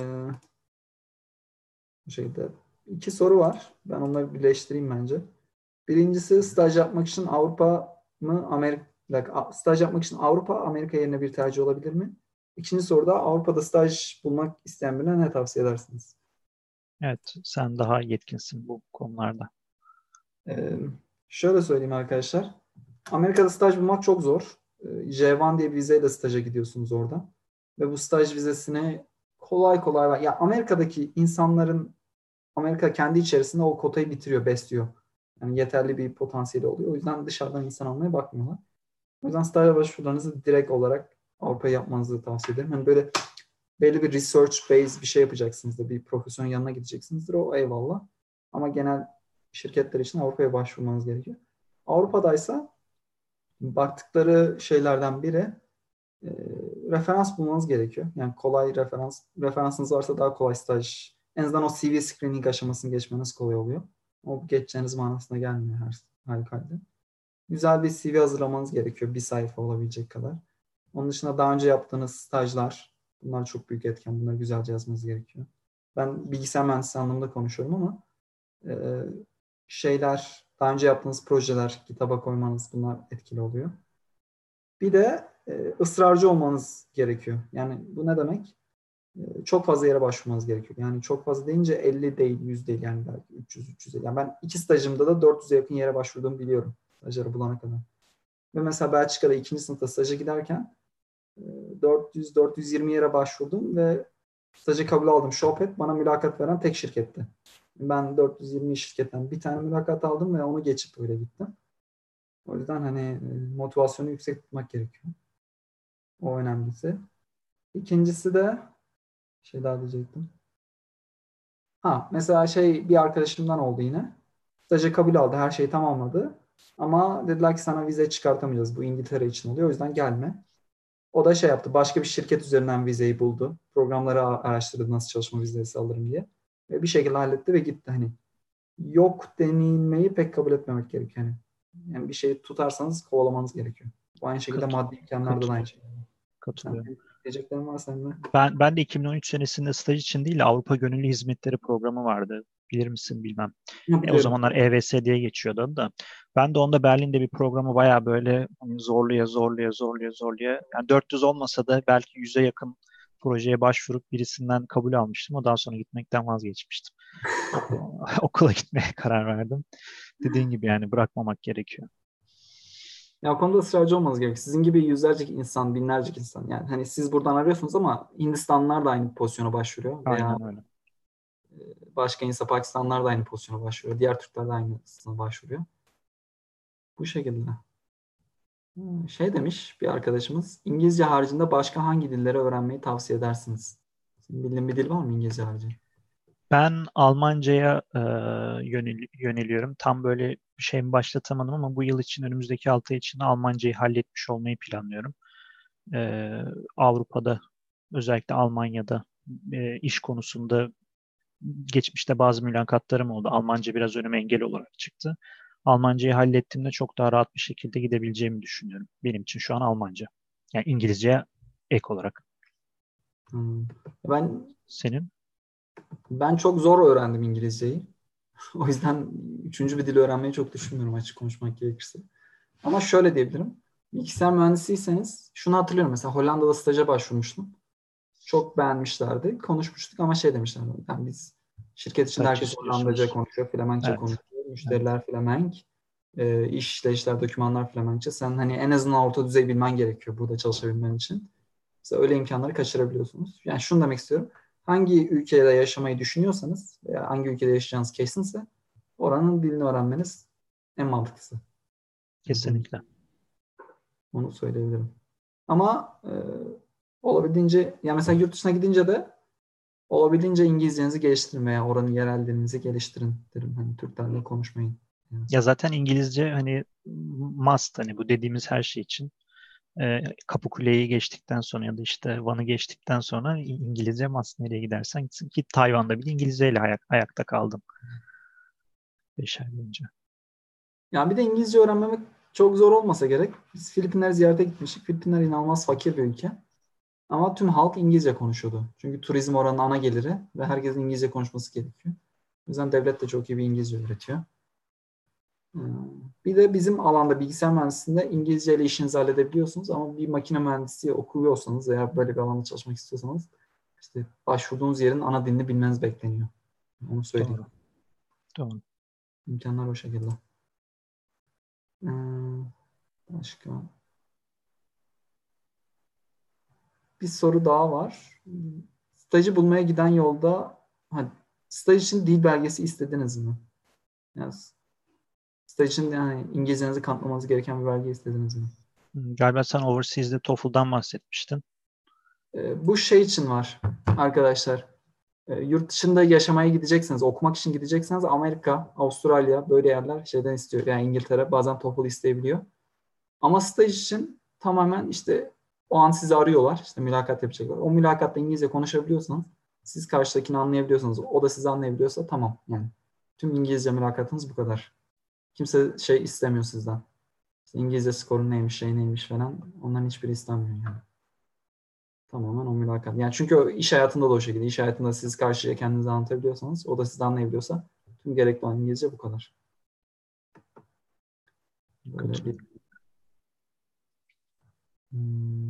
bu şekilde iki soru var. Ben onları birleştireyim bence. Birincisi staj yapmak için Avrupa mı Amerika staj yapmak için Avrupa Amerika yerine bir tercih olabilir mi? İkinci soruda Avrupa'da staj bulmak isteyen birine ne tavsiye edersiniz? Evet, sen daha yetkinsin bu konularda. Ee, şöyle söyleyeyim arkadaşlar. Amerika'da staj bulmak çok zor. Ee, J bir diye bir vizeyle staja gidiyorsunuz orada. Ve bu staj vizesine kolay kolay var. Ya Amerika'daki insanların Amerika kendi içerisinde o kotayı bitiriyor, besliyor. Yani yeterli bir potansiyeli oluyor. O yüzden dışarıdan insan almaya bakmıyorlar. O yüzden staj başvurularınızı direkt olarak Avrupa'ya yapmanızı tavsiye ederim. Hani böyle belli bir research base bir şey yapacaksınızdır. Bir profesyonel yanına gideceksinizdir. O eyvallah. Ama genel şirketler için Avrupa'ya başvurmanız gerekiyor. Avrupa'daysa baktıkları şeylerden biri e, referans bulmanız gerekiyor. Yani kolay referans. Referansınız varsa daha kolay staj. En azından o C V screening aşamasını geçmeniz kolay oluyor. O geçeceğiniz manasına gelmiyor her halükarda. Güzel bir C V hazırlamanız gerekiyor. Bir sayfa olabilecek kadar. Onun dışında daha önce yaptığınız stajlar, bunlar çok büyük etken. Bunları güzelce yazmanız gerekiyor. Ben bilgisayar mühendisliği anlamında konuşuyorum ama e, şeyler, daha önce yaptığınız projeler, kitaba koymanız bunlar etkili oluyor. Bir de e, ısrarcı olmanız gerekiyor. Yani bu ne demek? E, çok fazla yere başvurmanız gerekiyor. Yani çok fazla deyince elli değil, yüz değil yani belki üç yüz üç yüz elli. Yani ben iki stajımda da dört yüze yakın yere başvurduğumu biliyorum. Stajları bulana kadar. Ve mesela Belçika'da ikinci sınıfta staja giderken dört yüz dört yüz yirmi yere başvurdum ve stajı kabul aldım. Shopet bana mülakat veren tek şirketti. Ben dört yüz yirmi şirketten bir tane mülakat aldım ve onu geçip öyle gittim. O yüzden hani motivasyonu yüksek tutmak gerekiyor. O önemlisi. İkincisi de şey daha diyecektim. Ha mesela şey bir arkadaşımdan oldu yine. Stajı kabul aldı. Her şeyi tamamladı. Ama dediler ki sana vize çıkartamayacağız. Bu İngiltere için oluyor. O yüzden gelme. O da şey yaptı. Başka bir şirket üzerinden vizeyi buldu. Programları araştırdı nasıl çalışma vizesi alırım diye. Ve bir şekilde halletti ve gitti. Hani yok denilmeyi pek kabul etmemek gerekiyor. Yani, yani bir şeyi tutarsanız kovalamanız gerekiyor. Bu aynı şekilde Kat, maddi imkanlarda da aynı katılıyorum. şey. Sen Katılıyorum. diyeceklerin var senin de. Ben, ben de iki bin on üç senesinde staj için değil Avrupa Gönüllü Hizmetleri programı vardı. Bilir misin bilmem. Ha, E, o biliyorum. zamanlar E V S diye geçiyordu adı da. Ben de onda Berlin'de bir programı bayağı böyle hani zorluya zorluya zorluya zorluya. Yani dört yüz olmasa da belki yüze yakın projeye başvurup birisinden kabul almıştım. O daha sonra gitmekten vazgeçmiştim. Okula, okula gitmeye karar verdim. Dediğin gibi yani bırakmamak gerekiyor. Ya o konuda ısrarcı olmanız gerekiyor. Sizin gibi yüzlerce insan, binlerce insan. Yani hani siz buradan arıyorsunuz ama Hindistanlılar da aynı pozisyona başvuruyor veya Aynen öyle. başka insan Pakistanlılar da aynı pozisyona başvuruyor. Diğer Türkler de aynısına başvuruyor. Bu şekilde. Hmm, Şey demiş bir arkadaşımız, İngilizce haricinde başka hangi dilleri öğrenmeyi tavsiye edersiniz? Senin bildiğin bir dil var mı İngilizce harici? Ben Almanca'ya e, yönel, yöneliyorum. Tam böyle bir şeyimi başlatamadım ama bu yıl için önümüzdeki altı ay için Almancayı halletmiş olmayı planlıyorum. E, Avrupa'da özellikle Almanya'da e, iş konusunda geçmişte bazı mülakatlarım oldu. Almanca biraz önüme engel olarak çıktı. Almancayı hallettiğimde çok daha rahat bir şekilde gidebileceğimi düşünüyorum. Benim için şu an Almanca. Yani İngilizce ek olarak. Hmm. Ben Senin? ben çok zor öğrendim İngilizceyi. O yüzden üçüncü bir dil öğrenmeyi çok düşünmüyorum açık konuşmak gerekirse. Ama şöyle diyebilirim. Bilgisayar mühendisiyseniz şunu hatırlıyorum. Mesela Hollanda'da staja başvurmuştum. Çok beğenmişlerdi. Konuşmuştuk ama şey demişlerdi. Yani biz şirket içinde Kaç herkes Hollandaca istiyorsunuz? konuşuyor, Flemenkçe Evet. konuşuyor. Evet. Müşteriler Flemenk. E, iş işleyişler, dokümanlar Flemenkçe. Sen hani en azından orta düzey bilmen gerekiyor burada çalışabilmen için. Mesela öyle imkanları kaçırabiliyorsunuz. Yani şunu demek istiyorum. Hangi ülkede yaşamayı düşünüyorsanız veya hangi ülkede yaşayacağınız kesinse oranın dilini öğrenmeniz en mantıklısı. Yani benim Kesinlikle. onu söyleyebilirim. Ama e, olabildiğince yani mesela yurt dışına gidince de olabildiğince İngilizcenizi geliştirin veya oranın yerel dilinizi geliştirin derim. Hani Türklerle konuşmayın. Yani. Ya zaten İngilizce hani must, hani bu dediğimiz her şey için. E, Kapıkule'yi geçtikten sonra ya da işte Van'ı geçtikten sonra İngilizce must, nereye gidersen gitsin, ki Tayvan'da bile İngilizceyle ayak, ayakta kaldım beş ay boyunca. Yani bir de İngilizce öğrenmemek çok zor olmasa gerek. Biz Filipinler ziyarete gitmiştik. Filipinler inanılmaz fakir bir ülke. Ama tüm halk İngilizce konuşuyordu. Çünkü turizm oranın ana geliri ve herkesin İngilizce konuşması gerekiyor. O yüzden devlet de çok iyi bir İngilizce öğretiyor. Bir de bizim alanda bilgisayar mühendisliğinde İngilizce ile işinizi halledebiliyorsunuz ama bir makine mühendisliği okuyorsanız veya böyle bir alanda çalışmak istiyorsanız işte başvurduğunuz yerin ana dilini bilmeniz bekleniyor. Onu söyleyeyim. Doğru. Doğru. İmkanlar o şekilde. Hmm, başka. Bir soru daha var. Stajı bulmaya giden yolda ha, staj için dil belgesi istediniz mi? Yani staj için yani İngilizcenizi kanıtlamanız gereken bir belge istediniz mi? Hmm, Galiba sen Overseas'de TOEFL'dan bahsetmiştin. Ee, bu şey için var arkadaşlar. E, yurt dışında yaşamaya gidecekseniz, okumak için gidecekseniz Amerika, Avustralya böyle yerler şeyden istiyor. Yani İngiltere bazen TOEFL isteyebiliyor. Ama staj için tamamen işte o an sizi arıyorlar. İşte mülakat yapacaklar. O mülakatta İngilizce konuşabiliyorsanız, siz karşıdakini anlayabiliyorsanız, o da sizi anlayabiliyorsa tamam. Yani tüm İngilizce mülakatınız bu kadar. Kimse şey istemiyor sizden. İşte İngilizce skorun neymiş, şey neymiş falan. Onların hiçbiri istenmiyor yani. Tamamen o mülakat. Yani çünkü o iş hayatında da o şekilde. İş hayatında siz karşıya kendinizi anlatabiliyorsanız, o da sizi anlayabiliyorsa tüm gerekli olan İngilizce bu kadar. Böyle bir Katılıyorum. hmm,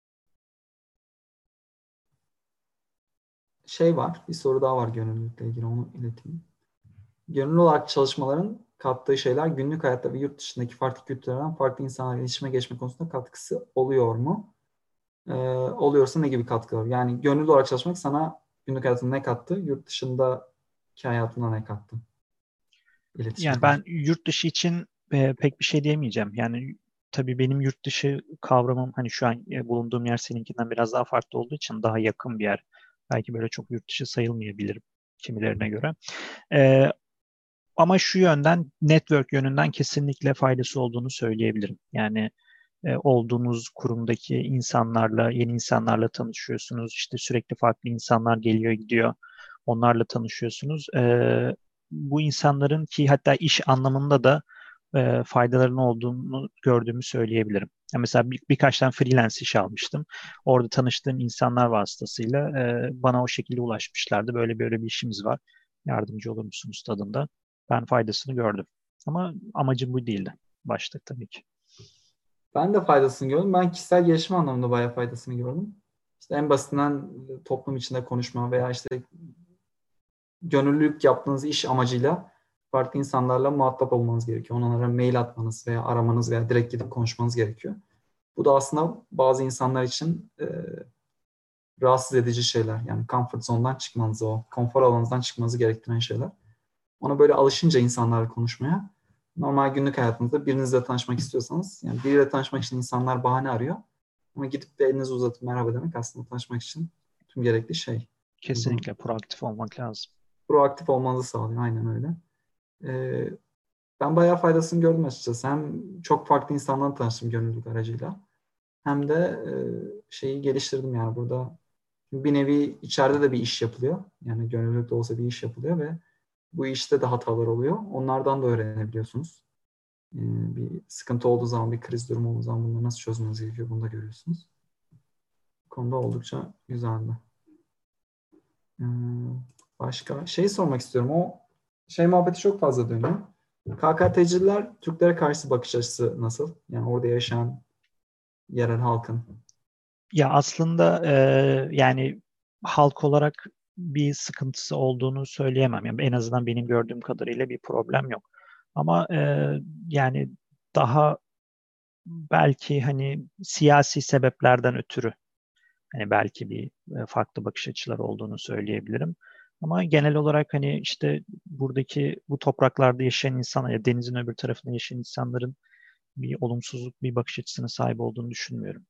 şey var. Bir soru daha var gönüllülükle ilgili. Onu ileteyim. Gönüllü olarak çalışmaların kattığı şeyler günlük hayatta ve yurt dışındaki farklı kültürlerden farklı insanlarla iletişime geçme konusunda katkısı oluyor mu? Ee, oluyorsa ne gibi katkılar? Yani gönüllü olarak çalışmak sana günlük hayatında ne kattı? Yurt dışındaki hayatında ne kattı? İletişim Yani konusunda. ben yurt dışı için e, pek bir şey diyemeyeceğim. Yani tabii benim yurt dışı kavramım hani şu an e, bulunduğum yer seninkinden biraz daha farklı olduğu için daha yakın bir yer. Belki böyle çok yurt dışı sayılmayabilir kimilerine göre. E, Ama şu yönden, network yönünden kesinlikle faydası olduğunu söyleyebilirim. Yani e, olduğunuz kurumdaki insanlarla, yeni insanlarla tanışıyorsunuz. İşte sürekli farklı insanlar geliyor gidiyor. Onlarla tanışıyorsunuz. E, bu insanların ki hatta iş anlamında da e, faydalarının olduğunu gördüğümü söyleyebilirim. Yani mesela bir, birkaç tane freelance iş almıştım. Orada tanıştığım insanlar vasıtasıyla e, bana o şekilde ulaşmışlardı. Böyle böyle bir işimiz var. Yardımcı olur musunuz tadında. Ben faydasını gördüm. Ama amacım bu değildi. Başta tabii ki. Ben de faydasını gördüm. Ben kişisel gelişim anlamında bayağı faydasını gördüm. İşte en basitinden toplum içinde konuşma veya işte gönüllülük yaptığınız iş amacıyla farklı insanlarla muhatap olmanız gerekiyor. Onlara mail atmanız veya aramanız veya direkt gidip konuşmanız gerekiyor. Bu da aslında bazı insanlar için e, rahatsız edici şeyler. Yani comfort zone'dan çıkmanızı, o konfor alanınızdan çıkmanızı gerektiren şeyler. Ona böyle alışınca insanlarla konuşmaya, normal günlük hayatınızda birinizle tanışmak istiyorsanız, yani biriyle tanışmak için insanlar bahane arıyor. Ama gidip de elinizi uzatıp merhaba demek aslında tanışmak için tüm gerekli şey. Bunu Kesinlikle proaktif olmak lazım. proaktif olmanızı sağlıyor. Aynen öyle. Ee, ben bayağı faydasını gördüm açıkçası. Hem çok farklı insanlarla tanıştım gönüllülük aracıyla. Hem de e, şeyi geliştirdim yani burada. Bir nevi içeride de bir iş yapılıyor. Yani gönüllülük de olsa bir iş yapılıyor ve bu işte de hatalar oluyor. Onlardan da öğrenebiliyorsunuz. Ee, bir sıkıntı olduğu zaman, bir kriz durumu olduğu zaman bunları nasıl çözmeniz gerekiyor, bunu da görüyorsunuz. Bu konuda oldukça güzeldi. Ee, başka şey sormak istiyorum. O şey muhabbeti çok fazla dönüyor. K K T C'liler Türklere karşı bakış açısı nasıl? Yani orada yaşayan yerel halkın. Ya aslında e, yani halk olarak bir sıkıntısı olduğunu söyleyemem. Yani en azından benim gördüğüm kadarıyla bir problem yok. Ama e, yani daha belki hani siyasi sebeplerden ötürü hani belki bir e, farklı bakış açıları olduğunu söyleyebilirim. Ama genel olarak hani işte buradaki bu topraklarda yaşayan insanlar ya denizin öbür tarafında yaşayan insanların bir olumsuzluk bir bakış açısına sahip olduğunu düşünmüyorum.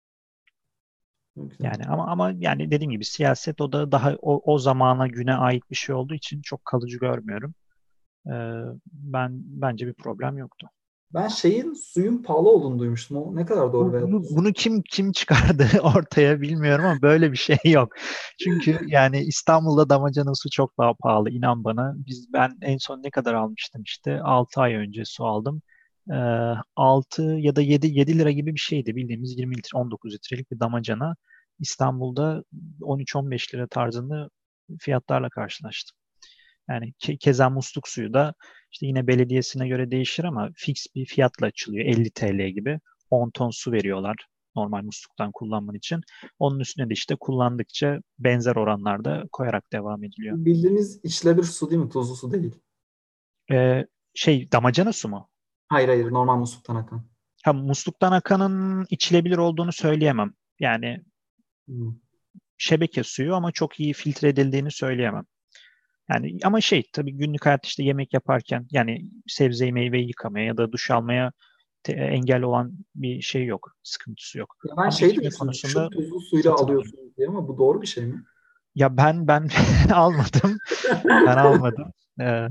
Çok güzel. Yani ama ama yani dediğim gibi siyaset o da daha o, o zamana güne ait bir şey olduğu için çok kalıcı görmüyorum. Ee, ben bence bir problem yoktu. Ben şeyin suyun pahalı olduğunu duymuştum. O ne kadar doğru Bu, veya bu- bunu kim kim çıkardı ortaya bilmiyorum ama böyle bir şey yok. Çünkü yani İstanbul'da damacana su çok daha pahalı inan bana. Biz ben en son ne kadar almıştım işte altı ay önce su aldım. Ee, altı ya da yedi yedi lira gibi bir şeydi bildiğimiz yirmi litre on dokuz litrelik bir damacana. İstanbul'da on üç on beş lira tarzında fiyatlarla karşılaştım. Yani ke keza musluk suyu da işte yine belediyesine göre değişir ama fix bir fiyatla açılıyor elli T L gibi. on ton su veriyorlar normal musluktan kullanman için. Onun üstüne de işte kullandıkça benzer oranlarda koyarak devam ediliyor. bildiğimiz içilebilir su değil mi? Tuzlu su değil. Ee, şey damacana su mu? Hayır hayır, normal musluktan akan. Ha, musluktan akanın içilebilir olduğunu söyleyemem. Yani Hmm. şebeke suyu ama çok iyi filtre edildiğini söyleyemem. Yani ama şey tabii günlük hayatta işte yemek yaparken yani sebzeyi meyveyi yıkamaya ya da duş almaya te- engel olan bir şey yok. Sıkıntısı yok. Ya ben Ama şey içme duymuştum. konusunda Küçük tuzlu suyla satın alırım. alıyorsunuz diye, ama bu doğru bir şey mi? Ya ben ben almadım. Ben almadım. Ee,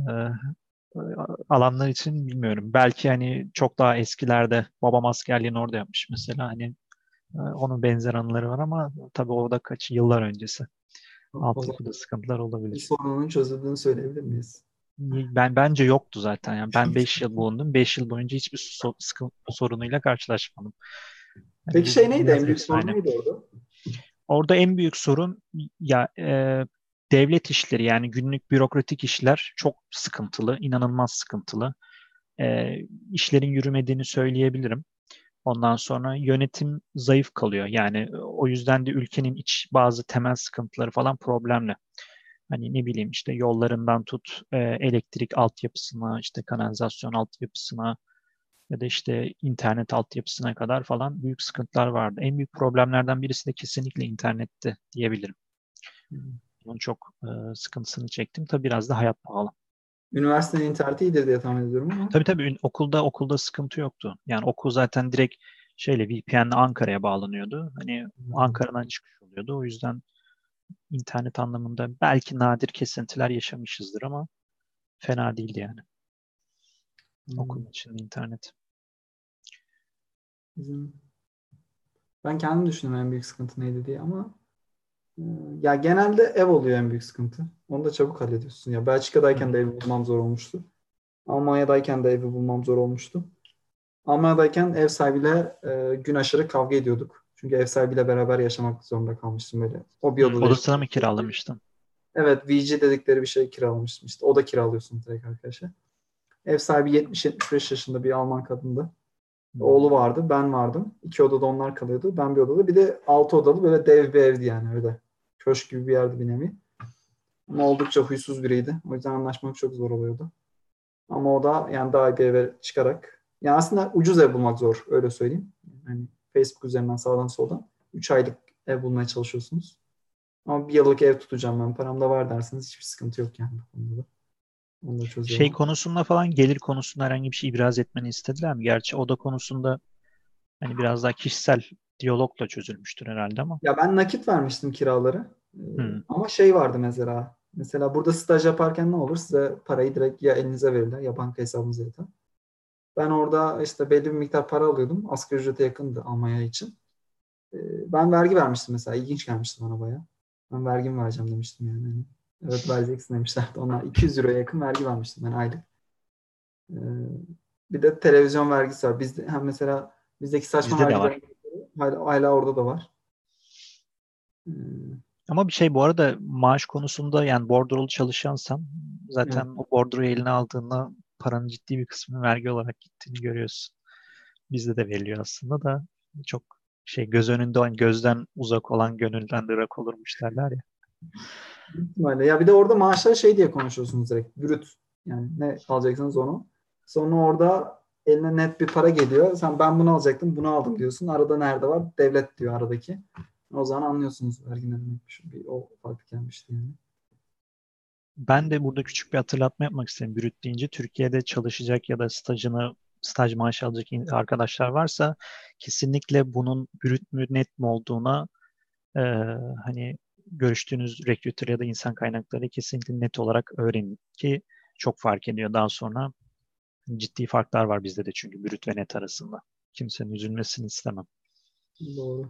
alanlar için bilmiyorum. Belki hani çok daha eskilerde babam askerliğini orada yapmış mesela hani e, onun benzer anıları var ama tabii o da kaç yıllar öncesi. O zaman Altyapıda sıkıntılar bir olabilir. sorunun çözüldüğünü söyleyebilir miyiz? Ben bence yoktu zaten. Yani ben beş yıl bulundum. Beş yıl boyunca hiçbir so sıkıntı sorunuyla karşılaşmadım. Hani Peki bu şey neydi? En biraz büyük sorun efsane. neydi orada? Orada en büyük sorun ya e, devlet işleri yani günlük bürokratik işler çok sıkıntılı, inanılmaz sıkıntılı. E, işlerin yürümediğini söyleyebilirim. Ondan sonra yönetim zayıf kalıyor. Yani o yüzden de ülkenin iç bazı temel sıkıntıları falan problemli. Hani ne bileyim işte yollarından tut e, elektrik altyapısına, işte kanalizasyon altyapısına ya da işte internet altyapısına kadar falan büyük sıkıntılar vardı. En büyük problemlerden birisi de kesinlikle internetti diyebilirim. Bunun çok e, sıkıntısını çektim. Tabii biraz da hayat pahalı. Üniversitenin interneti iyidir diye tahmin ediyorum ama. Tabii tabii ün- okulda okulda sıkıntı yoktu. Yani okul zaten direkt şeyle V P N'le Ankara'ya bağlanıyordu. Hani Ankara'dan çıkış oluyordu. O yüzden internet anlamında belki nadir kesintiler yaşamışızdır ama fena değildi yani. Hmm. Okulun içinde internet. Bizim... Ben kendim düşündüm en büyük sıkıntı neydi diye, ama e, ya genelde ev oluyor en büyük sıkıntı. Onu da çabuk hallediyorsun. Ya Hı Belçika'dayken hı. de ev bulmam zor olmuştu. Almanya'dayken de evi bulmam zor olmuştu. Almanya'dayken ev sahibiyle e, gün aşırı kavga ediyorduk. Çünkü ev sahibiyle beraber yaşamak zorunda kalmıştım böyle. O bir Hı, odada odasını mı yaşamak. kiralamıştın? Evet, V G dedikleri bir şey kiralamıştım işte. O da kiralıyorsun direkt arkadaşlar. Ev sahibi yetmiş yetmiş beş yaşında bir Alman kadındı. Hı. Oğlu vardı, ben vardım. İki odada onlar kalıyordu. Ben bir odada. Bir de altı odalı böyle dev bir evdi yani öyle. Köşk gibi bir yerdi bir nevi. Ama oldukça huysuz biriydi. O yüzden anlaşmak çok zor oluyordu. Ama o da yani daha iyi bir eve çıkarak. Yani aslında ucuz ev bulmak zor, öyle söyleyeyim. Yani Facebook üzerinden sağdan soldan üç aylık ev bulmaya çalışıyorsunuz. Ama bir yıllık ev tutacağım ben, param da var derseniz hiçbir sıkıntı yok yani bu konuda da. Onu da Şey çözüyorlar. konusunda falan gelir konusunda herhangi bir şey ibraz etmeni istediler mi? Gerçi oda konusunda hani biraz daha kişisel diyalogla çözülmüştür herhalde ama. Ya ben nakit vermiştim kiraları. Ee, Hı. ama şey vardı mesela. Mesela burada staj yaparken ne olur? Size parayı direkt ya elinize verirler ya banka hesabınıza yatar. Ben orada işte belli bir miktar para alıyordum. Asgari ücrete yakındı Almanya için. Ee, ben vergi vermiştim mesela. İlginç gelmişti bana bayağı. Ben vergimi vereceğim demiştim yani. Hani, evet vereceksin demişlerdi. Onlar iki yüz euroya yakın vergi vermiştim ben aylık. Ee, Bir de televizyon vergisi var. Bizde hem mesela bizdeki saçma Bizde de var. vergiler hala, hala orada da var. Hmm. Ama bir şey bu arada maaş konusunda yani bordrolu çalışansan Evet. zaten o bordroyu eline aldığında paranın ciddi bir kısmının vergi olarak gittiğini görüyorsun. Bizde de veriliyor aslında da çok şey göz önünde olan gözden uzak olan gönülden de ırak olurmuş derler ya. Büyük ihtimalle. Ya bir de orada maaşlar şey diye konuşuyorsunuz direkt. Brüt. Yani ne alacaksınız onu. Sonra orada eline net bir para geliyor. Sen ben bunu alacaktım, bunu aldım diyorsun. Arada nerede var? Devlet diyor aradaki. O zaman anlıyorsunuz vergi ne demekmiş. Bir, o fark gelmişti yani. Ben de burada küçük bir hatırlatma yapmak istedim. Brüt deyince Türkiye'de çalışacak ya da stajını staj maaşı alacak in- arkadaşlar varsa kesinlikle bunun brüt mü net mi olduğuna e, hani görüştüğünüz rekruter ya da insan kaynakları kesinlikle net olarak öğrenin ki çok fark ediyor. Daha sonra ciddi farklar var bizde de çünkü brüt ve net arasında. Kimsenin üzülmesini istemem. Doğru.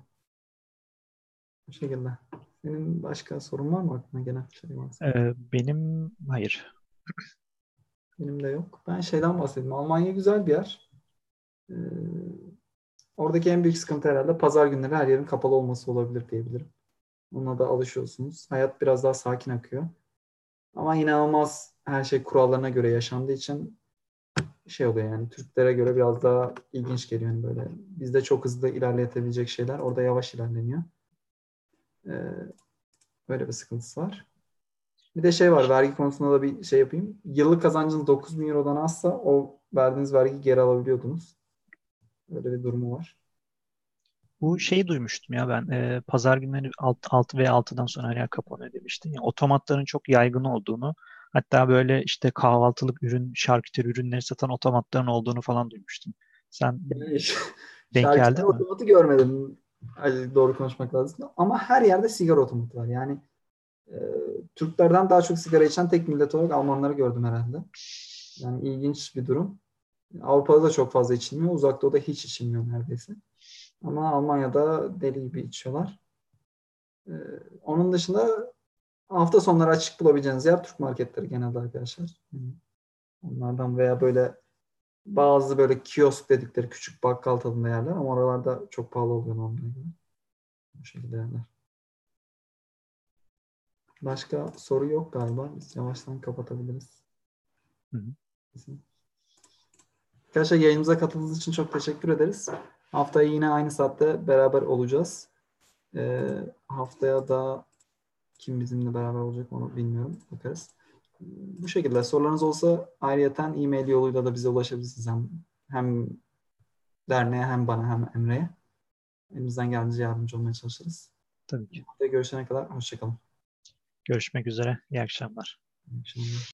Bu şekilde. Senin başka sorun var mı aklına gelen şey varsa? E, benim hayır. Benim de yok. Ben şeyden bahsedeyim. Almanya güzel bir yer. Ee, Oradaki en büyük sıkıntı herhalde pazar günleri her yerin kapalı olması olabilir diyebilirim. Ona da alışıyorsunuz. Hayat biraz daha sakin akıyor. Ama inanılmaz her şey kurallarına göre yaşandığı için şey oluyor yani Türklere göre biraz daha ilginç geliyor. Yani böyle bizde çok hızlı ilerletebilecek şeyler orada yavaş ilerleniyor. Ee, Böyle bir sıkıntısı var. Bir de şey var vergi konusunda da bir şey yapayım. Yıllık kazancınız dokuz bin Euro'dan azsa o verdiğiniz vergiyi geri alabiliyordunuz. Öyle bir durumu var. Bu şeyi duymuştum ya ben. E, pazar günleri altı ve altıdan sonra her yer kapanıyor demiştin ya. Otomatların çok yaygın olduğunu, hatta böyle işte kahvaltılık ürün, şarküteri ürünleri satan otomatların olduğunu falan duymuştum. Sen Yani denk şarküteri geldin mi? otomatı görmedim. Hani doğru konuşmak lazım. Ama her yerde sigara otomatı var. Yani e, Türklerden daha çok sigara içen tek millet olarak Almanları gördüm herhalde. Yani ilginç bir durum. Avrupa'da da çok fazla içilmiyor. Uzak Doğu'da hiç içilmiyor neredeyse. Ama Almanya'da deli gibi içiyorlar. Ee, Onun dışında hafta sonları açık bulabileceğiniz yer Türk marketleri genelde arkadaşlar. Hı. Onlardan veya böyle bazı böyle kiosk dedikleri küçük bakkal tadında yerler ama oralarda çok pahalı oluyor normalde. Bu şekilde yerler. Başka soru yok galiba. Biz yavaştan kapatabiliriz. Hı hı. Arkadaşlar yayınımıza katıldığınız için çok teşekkür ederiz. Haftaya yine aynı saatte beraber olacağız. Ee, haftaya da kim bizimle beraber olacak onu bilmiyorum. Bakarız. Bu şekilde sorularınız olsa ayrıyeten e-mail yoluyla da bize ulaşabilirsiniz. Hem, hem derneğe hem bana hem Emre'ye. Elimizden geldiğince yardımcı olmaya çalışırız. Tabii ki. Haftaya görüşene kadar hoşçakalın. Görüşmek üzere. İyi akşamlar. İyi akşamlar.